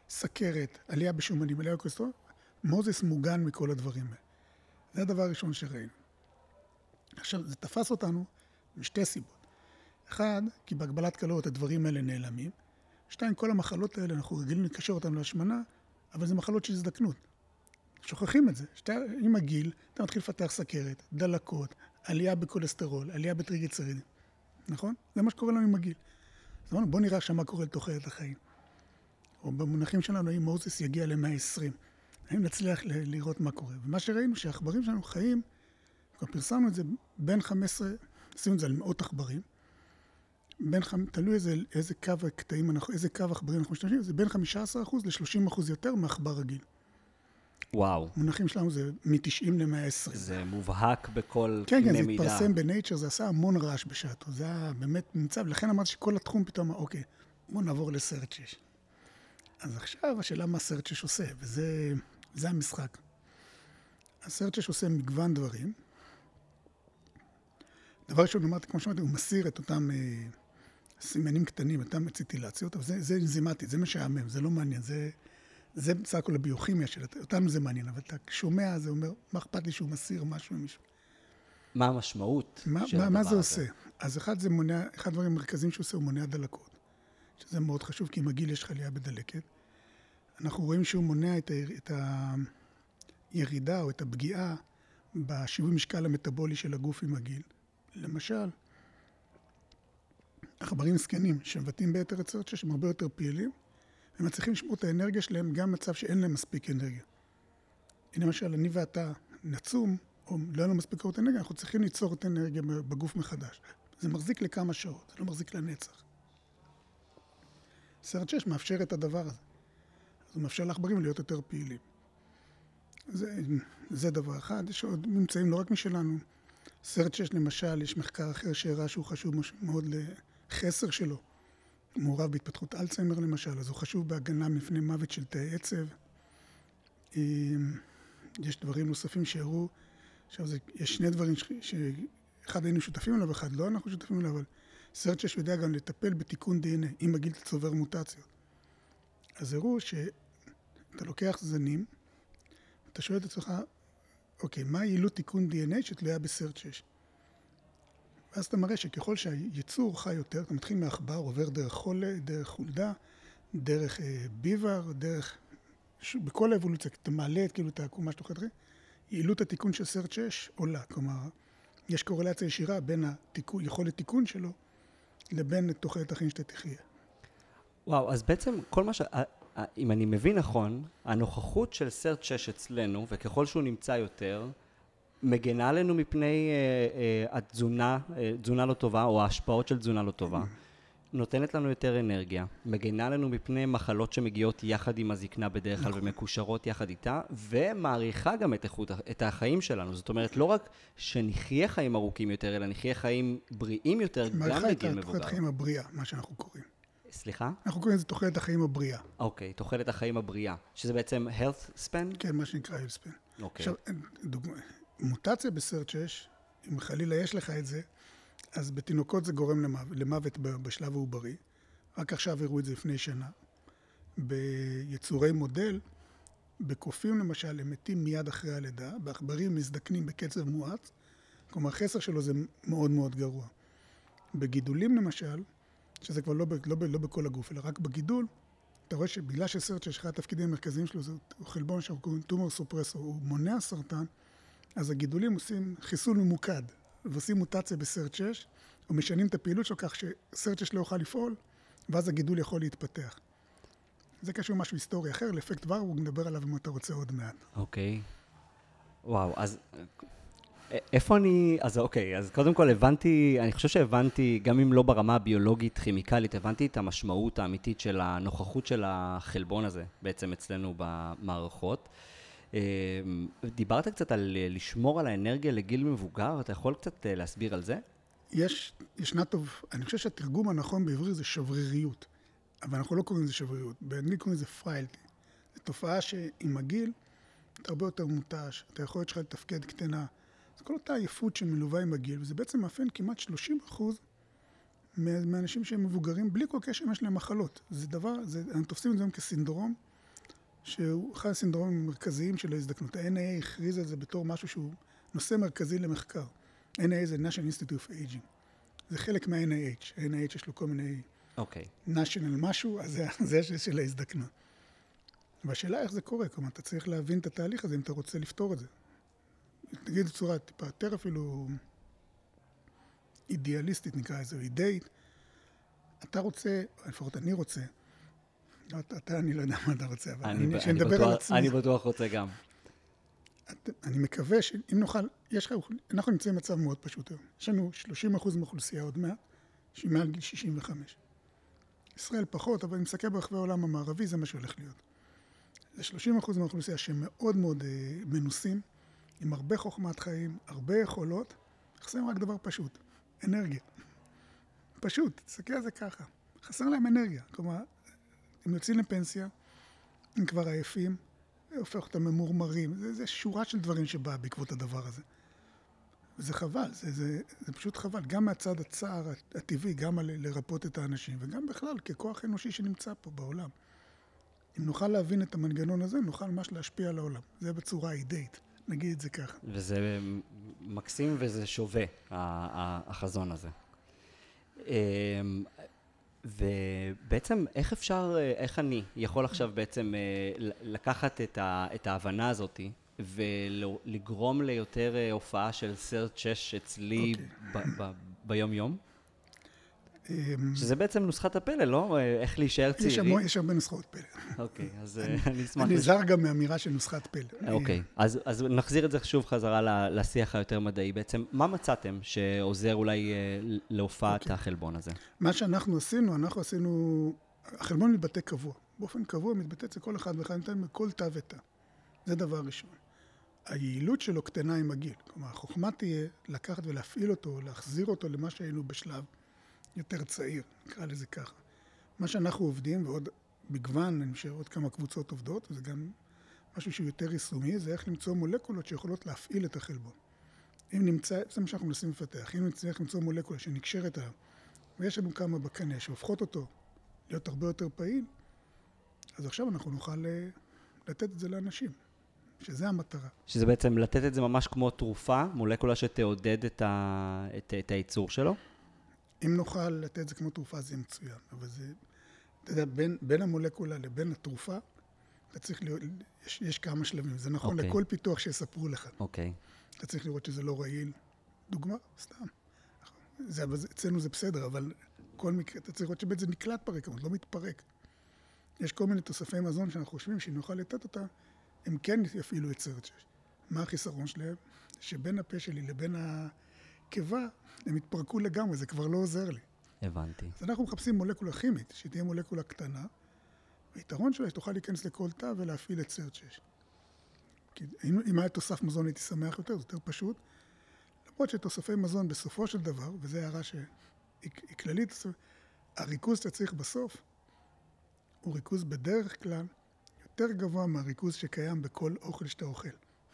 Speaker 4: סכרת, עלייה בשומנים, עלייה בכולסטרול, מוזס מוגן מכל הדברים האלה. זה הדבר הראשון שראינו. עכשיו, זה תפס אותנו משתי סיבות. אחד, כי בהגבלת קלוריות הדברים האלה נעלמים. שתיים, כל המחלות האלה, אנחנו רגילים לקשר אותנו להשמנה, אבל זה מחלות של הזדקנות. שוכחים את זה. עם הגיל, אתה מתחיל לפתח סכרת, דלקות, עלייה בכולסטרול, עלייה בטריגליצרידים. נכון? זה מה שקורה לנו עם הגיל. אז אמרנו, בוא נראה עכשיו מה קורה לתוחלת החיים. או במונחים שלנו, האם מוזס יגיע ל-120. האם נצליח לראות מה קורה. ומה שראינו, שהעכברים שלנו חיים, כבר פרסמנו את זה בין 15, עשינו את זה על מאות עכברים, תלוי איזה קו הקטעים, איזה קו עכברים אנחנו משתמשים, זה בין 15% ל-30% יותר מעכבר רגיל.
Speaker 5: וואו.
Speaker 4: המונחים שלנו זה מ-90 ל-120.
Speaker 5: זה מובהק בכל
Speaker 4: כן,
Speaker 5: קנה
Speaker 4: זה
Speaker 5: מידה.
Speaker 4: התפרסם בנייצ'ר, זה עשה המון רעש בשעתו. זה היה באמת ממצא, ולכן אמרתי שכל התחום פתאום, אוקיי, בוא נעבור לסרט 6. אז עכשיו השאלה מה סרט 6 עושה, וזה המשחק. הסרט 6 עושה מגוון דברים. דבר ראשון, אמרתי, כמו שאמרתי, הוא מסיר את אותם סימנים קטנים, אותם ציטילציות, אבל זה אנזימטי, זה משעמם, זה לא מעניין, זה בסך הכל הביוכימיה שלה, אותנו זה מעניין, אבל אתה שומע, זה אומר, מה אכפת לי שהוא מסיר משהו ממישהו?
Speaker 5: מה המשמעות של הדבר הזה?
Speaker 4: מה זה עושה? אז אחד הדברים המרכזיים שהוא עושה, הוא מונע דלקות, שזה מאוד חשוב, כי עם הגיל יש חליה בדלקת. אנחנו רואים שהוא מונע את הירידה או את הפגיעה בשיווי משקל המטאבולי של הגוף עם הגיל. למשל, עכברים זקנים שמבטאים ביתר את סרט 6, הם הרבה יותר פעילים, הם מצליחים לשמור את האנרגיה שלהם גם במצב שאין להם מספיק אנרגיה. למשל, אני ואתה נצום, או לא לנו מספיק כמות אנרגיה, אנחנו צריכים ליצור את האנרגיה בגוף מחדש. זה מחזיק לכמה שעות, זה לא מחזיק לנצח. סרט 6 מאפשר את הדבר הזה. אז הוא מאפשר לעכברים להיות יותר פעילים. זה דבר אחד. יש עוד ממצאים לא רק משלנו. סרט 6 למשל, יש מחקר אחר שהראה שהוא חשוב מאוד לחסר שלו. הוא מעורב בהתפתחות אלצהיימר למשל, אז הוא חשוב בהגנה מפני מוות של תאי עצב. יש דברים נוספים שהראו, עכשיו יש שני דברים שאחד היינו שותפים אליו, אחד לא אנחנו שותפים אליו, אבל סרט 6 יודע גם לטפל בתיקון DNA, אם הגיל צובר מוטציות. אז הראו שאתה לוקח זנים, אתה שואל את עצמך, אוקיי, מה יעילות תיקון DNA שתלויה בסרט 6? ואז אתה מראה שככל שהייצור חי יותר, אתה מתחיל מעכבר, עובר דרך חולה, דרך חולדה, דרך ביבר, דרך... בכל האבולוציה, אתה מעלה את כאילו את העקומה שאתה חתרי, יעילות התיקון של סרט 6 עולה. כלומר, יש קורלציה ישירה בין יכולת תיקון שלו לבין תוחלת החיים שאתה תחיה.
Speaker 5: וואו, אז בעצם כל מה אם אני מבין נכון, הנוכחות של סרט 6 אצלנו, וככל שהוא נמצא יותר, מגנה עלינו מפני תזונה לא טובה, או ההשפעות של תזונה לא טובה. נותנת לנו יותר אנרגיה, מגנה לנו מפני מחלות שמגיעות יחד עם הזקנה בדרך כלל ומקושרות יחד איתה, ומעריכה גם את החיים שלנו. זאת אומרת, לא רק שנחיה חיים ארוכים יותר, אלא נחיה חיים בריאים יותר, גם בגיל מבוגר.
Speaker 4: מעריכה את תוחלת החיים הבריאה, מה שאנחנו קוראים.
Speaker 5: סליחה?
Speaker 4: אנחנו קוראים לזה תוחלת החיים הבריאה.
Speaker 5: אוקיי, תוחלת החיים הבריאה, שזה בעצם health span?
Speaker 4: כן, מה שנקרא health span.
Speaker 5: אוקיי.
Speaker 4: עכשיו, דוגמה, מוטציה בסרט 6, אם חלילה יש לך את זה, אז בתינוקות זה גורם למוות בשלב העוברי. רק עכשיו הראו את זה לפני שנה. ביצורי מודל, בקופים למשל, הם מתים מיד אחרי הלידה, בעכברים מזדקנים בקצב מואץ, כלומר החסר שלו זה מאוד מאוד גרוע. בגידולים למשל, שזה כבר לא בכל הגוף, אלא רק בגידול, אתה רואה שבגלל שסרט שיש אחד התפקידים המרכזיים שלו, זה חלבון שאנחנו קוראים טומור סופרסור, הוא מונע סרטן, אז הגידולים עושים חיסון ממוקד, ועושים מוטציה בסרט 6, ומשנים את הפעילות שלו כך שסרט 6 לא יוכל לפעול, ואז הגידול יכול להתפתח. זה קשור משהו היסטורי אחר, לאפקט ורבורג, נדבר עליו אם אתה רוצה עוד מעט.
Speaker 5: אוקיי. וואו, אז איפה אז אוקיי, אז קודם כל הבנתי, אני חושב שהבנתי, גם אם לא ברמה הביולוגית, כימיקלית, הבנתי את המשמעות האמיתית של הנוכחות של החלבון הזה, בעצם אצלנו במערכות. דיברת קצת על לשמור על האנרגיה לגיל מבוגר, אתה יכול קצת להסביר על זה?
Speaker 4: ישנה טוב, אני חושב שהתרגום הנכון בעברית זה שבריריות, אבל אנחנו לא קוראים לזה שבריריות, באנגלית קוראים לזה פריילטי. זו תופעה שעם הגיל, אתה הרבה יותר מותש, אתה יכולת שלך לתפקד קטנה, זה כל אותה עייפות שמלווה עם הגיל, וזה בעצם מאפיין כמעט 30% מהאנשים שהם מבוגרים, בלי כל קשר יש להם מחלות. זה דבר, אנחנו תופסים את זה כסינדרום, שהוא אחד הסינדרומים המרכזיים של ההזדקנות. ה-NIA הכריז על זה בתור משהו שהוא נושא מרכזי למחקר. NIA זה National Institute of Aging. זה חלק מה-NIH. ה-NIH יש לו כל מיני national משהו, אז זה של ההזדקנות. והשאלה איך זה קורה, כלומר, אתה צריך להבין את התהליך הזה אם אתה רוצה לפתור את זה. נגיד בצורה טיפה יותר אפילו אידיאליסטית נקרא לזה, או אידאית, אתה רוצה, לפחות אני רוצה, אני לא יודע מה אתה רוצה, אבל אני מדבר על עצמי.
Speaker 5: אני בטוח רוצה גם.
Speaker 4: אני מקווה שאם נוכל, אנחנו נמצאים במצב מאוד פשוט היום. יש לנו 30% מאוכלוסייה עוד מעט, שהיא מעל גיל 65. ישראל פחות, אבל אם נסתכל ברחבי העולם המערבי, זה מה שהולך להיות. זה 30% מהאוכלוסייה שמאוד מאוד מנוסים, עם הרבה חוכמת חיים, הרבה יכולות, חסר רק דבר פשוט, אנרגיה. פשוט, תסתכל על זה ככה. חסר להם אנרגיה. כלומר, הם יוצאים לפנסיה, הם כבר עייפים, הופך אותם ממורמרים. זה שורה של דברים שבאה בעקבות הדבר הזה. וזה חבל, זה פשוט חבל. גם מהצד הצער הטבעי, גם לרפות את האנשים, וגם בכלל ככוח אנושי שנמצא פה בעולם. אם נוכל להבין את המנגנון הזה, נוכל ממש להשפיע על העולם. זה בצורה אידאית, נגיד את זה ככה.
Speaker 5: וזה מקסים וזה שווה, החזון הזה. ובעצם איך אני יכול עכשיו בעצם לקחת את ההבנה הזאת ולגרום ליותר הופעה של סרט 6 אצלי ביום יום? שזה בעצם נוסחת הפלא, לא? איך להישאר צעירי?
Speaker 4: יש הרבה נוסחות פלא.
Speaker 5: אוקיי, אז אני אשמח...
Speaker 4: אני זר גם מאמירה של נוסחת פלא.
Speaker 5: אוקיי, אז נחזיר את זה שוב חזרה לשיח היותר מדעי. בעצם, מה מצאתם שעוזר אולי להופעת החלבון הזה?
Speaker 4: מה שאנחנו עשינו, החלבון מתבטא קבוע. באופן קבוע מתבטא אצל כל אחד ואחד, כל תא ותא. זה דבר ראשון. היעילות שלו קטנה עם הגיל. כלומר, החוכמה תהיה לקחת ולהפעיל אותו, להחזיר אותו למה שהיינו בשלב יותר צעיר, נקרא לזה ככה. מה שאנחנו עובדים, ועוד מגוון, אני חושב, עוד כמה קבוצות עובדות, וזה גם משהו שהוא יותר יישומי, זה איך למצוא מולקולות שיכולות להפעיל את החלבון. אם נמצא, זה מה שאנחנו מנסים לפתח, אם נצליח למצוא מולקולה שנקשרת עליו, ויש לנו כמה בקנה שהופכות אותו להיות הרבה יותר פעיל, אז עכשיו אנחנו נוכל לתת את זה לאנשים, שזה המטרה.
Speaker 5: שזה בעצם לתת את זה ממש כמו תרופה, מולקולה שתעודד את הייצור שלו?
Speaker 4: אם נוכל לתת את זה כמו תרופה, זה מצוין. אבל זה, אתה יודע, בין המולקולה לבין התרופה, אתה צריך להיות, יש כמה שלבים. זה נכון לכל פיתוח שיספרו לך.
Speaker 5: אוקיי.
Speaker 4: אתה צריך לראות שזה לא רעיל. דוגמה, סתם. אצלנו זה בסדר, אבל כל מקרה, אתה צריך לראות שבית זה נקלט ברקמות, לא מתפרק. יש כל מיני תוספי מזון שאנחנו חושבים שאם נוכל לתת אותה, הם כן יפעילו את סרט 6. מה החיסרון שלהם? שבין הפה שלי לבין הקיבה, הם התפרקו לגמרי, זה כבר לא עוזר לי.
Speaker 5: הבנתי.
Speaker 4: אז אנחנו מחפשים מולקולה כימית, שתהיה מולקולה קטנה, והיתרון שלה שתוכל להיכנס לכל תא ולהפעיל את סרט 6. כי אם היה תוסף מזון הייתי שמח יותר, זה יותר פשוט. למרות שתוספי מזון בסופו של דבר, וזו הערה שהיא כללית, הריכוז שאתה צריך בסוף, הוא ריכוז בדרך כלל יותר גבוה מהריכוז שקיים בכל אוכל שאתה אוכל.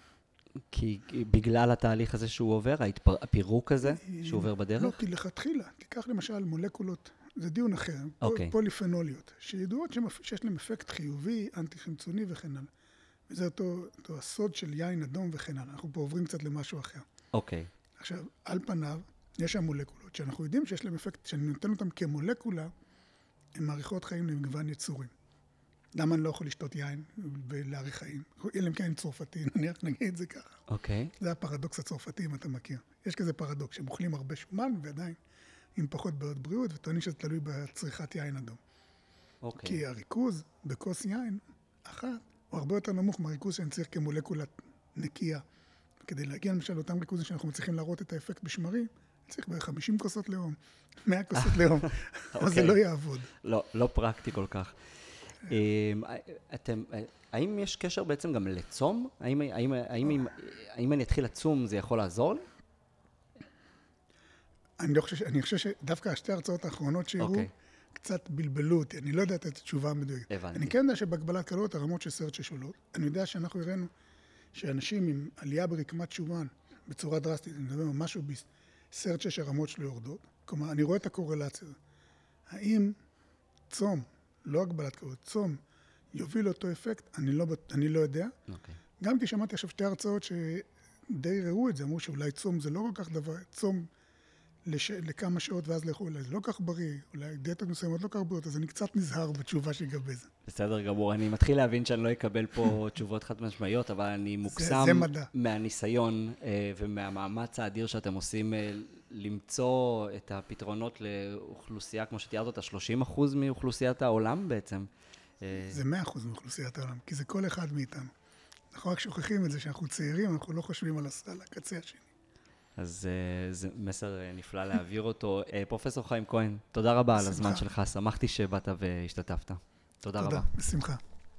Speaker 5: כי בגלל התהליך הזה שהוא עובר, הפירוק הזה שהוא עובר בדרך?
Speaker 4: לא, כי לכתחילה, תיקח למשל מולקולות, זה דיון אחר, פוליפנוליות, שידועות שיש להם אפקט חיובי, אנטי-חמצוני וכן הלאה. וזה אותו הסוד של יין אדום וכן הלאה. אנחנו פה עוברים קצת למשהו אחר.
Speaker 5: אוקיי.
Speaker 4: עכשיו, על פניו, יש שם מולקולות שאנחנו יודעים שיש להם אפקט, שאני נותן אותם כמולקולה, הן מעריכות חיים למגוון יצורים. למה אני לא יכול לשתות יין ולהאריך חיים? אלא אם כן צרפתי, נגיד את זה ככה.
Speaker 5: אוקיי.
Speaker 4: זה הפרדוקס הצרפתי, אם אתה מכיר. יש כזה פרדוקס, שהם אוכלים הרבה שומן ועדיין עם פחות בעיות בריאות, וטוענים שזה תלוי בצריכת יין אדום.
Speaker 5: אוקיי.
Speaker 4: כי הריכוז בכוס יין אחת, הוא הרבה יותר נמוך מהריכוז שאני צריך כמולקולה נקייה. כדי להגיע למשל לאותם ריכוזים שאנחנו מצליחים להראות את האפקט בשמרים, צריך בערך 50 כוסות ליום, 100 כוסות ליום, אבל זה לא יעבוד.
Speaker 5: לא פרקטי כל כך. האם יש קשר בעצם גם לצום? האם אני אתחיל לצום זה יכול לעזור לי?
Speaker 4: אני חושב שדווקא השתי ההרצאות האחרונות שהראו קצת בלבלו אותי, אני לא יודע את התשובה המדויקת. אני כן יודע שבהגבלת קלוריות הרמות של סרט 6 עולות. אני יודע שאנחנו הראינו שאנשים עם עלייה ברקמת שומן בצורה דרסטית, אני מדבר משהו בסרט 6 הרמות שלו יורדות. כלומר, אני רואה את הקורלציה. האם צום, לא הגבלת קלוריות, צום, יוביל אותו אפקט, אני לא יודע.
Speaker 5: אוקיי.
Speaker 4: גם כי שמעתי עכשיו 2 הרצאות שדי ראו את זה, אמרו שאולי צום זה לא כל כך דבר, צום לכמה שעות ואז לאכול, אולי זה לא כך בריא, אולי דיאטות מסוימות לא כך בריאות, אז אני קצת נזהר בתשובה שיגבי זה.
Speaker 5: בסדר גמור, אני מתחיל להבין שאני לא אקבל פה תשובות חד משמעיות, אבל אני מוקסם מהניסיון ומהמאמץ האדיר שאתם עושים למצוא את הפתרונות לאוכלוסייה, כמו שתיארת אותה, 30% מאוכלוסיית העולם בעצם.
Speaker 4: זה 100% מאוכלוסיית העולם, כי זה כל אחד מאיתנו. אנחנו רק שוכחים את זה שאנחנו צעירים, אנחנו לא חושבים על הקצה השני.
Speaker 5: אז זה מסר נפלא להעביר אותו. פרופסור חיים כהן, תודה רבה על הזמן שלך, שמחתי שבאת והשתתפת. תודה רבה.
Speaker 4: תודה, בשמחה.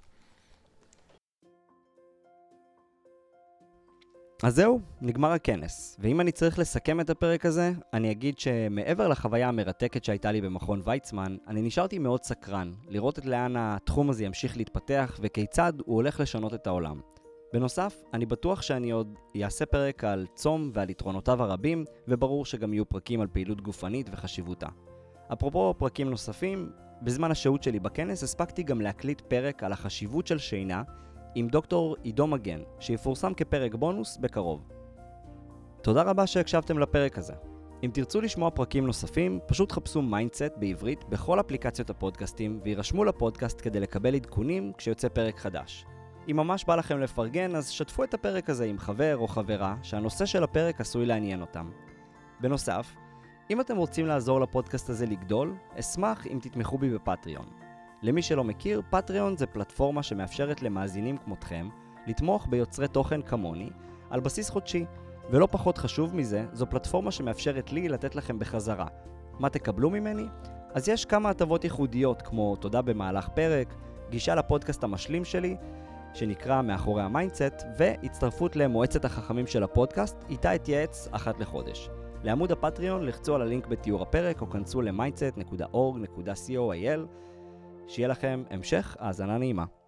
Speaker 5: אז זהו, נגמר הכנס. ואם אני צריך לסכם את הפרק הזה, אני אגיד שמעבר לחוויה המרתקת שהייתה לי במכון ויצמן, אני נשארתי מאוד סקרן, לראות את לאן התחום הזה ימשיך להתפתח וכיצד הוא הולך לשנות את העולם. בנוסף, אני בטוח שאני עוד אעשה פרק על צום ועל יתרונותיו הרבים, וברור שגם יהיו פרקים על פעילות גופנית וחשיבותה. אפרופו פרקים נוספים, בזמן השהות שלי בכנס הספקתי גם להקליט פרק על החשיבות של שינה עם דוקטור עידו מגן, שיפורסם כפרק בונוס בקרוב. תודה רבה שהקשבתם לפרק הזה. אם תרצו לשמוע פרקים נוספים, פשוט חפשו מיינדסט בעברית בכל אפליקציות הפודקאסטים, וירשמו לפודקאסט כדי לקבל עדכונים כשיוצא פרק חדש. אם ממש בא לכם לפרגן, אז שתפו את הפרק הזה עם חבר או חברה שהנושא של הפרק עשוי לעניין אותם. בנוסף, אם אתם רוצים לעזור לפודקאסט הזה לגדול, אשמח אם תתמכו בי בפטריון. למי שלא מכיר, פטריון זה פלטפורמה שמאפשרת למאזינים כמותכם לתמוך ביוצרי תוכן כמוני על בסיס חודשי, ולא פחות חשוב מזה, זו פלטפורמה שמאפשרת לי לתת לכם בחזרה. מה תקבלו ממני? אז יש כמה הטבות ייחודיות כמו תודה במהלך פרק, גישה לפודקאסט המשלים שלי, שנקרא מאחורי המיינדסט, והצטרפות למועצת החכמים של הפודקאסט, איתה אתייעץ אחת לחודש. לעמוד הפטריון לחצו על הלינק בתיאור הפרק, או כנסו ל-mindset.org.co.il. שיהיה לכם המשך האזנה נעימה.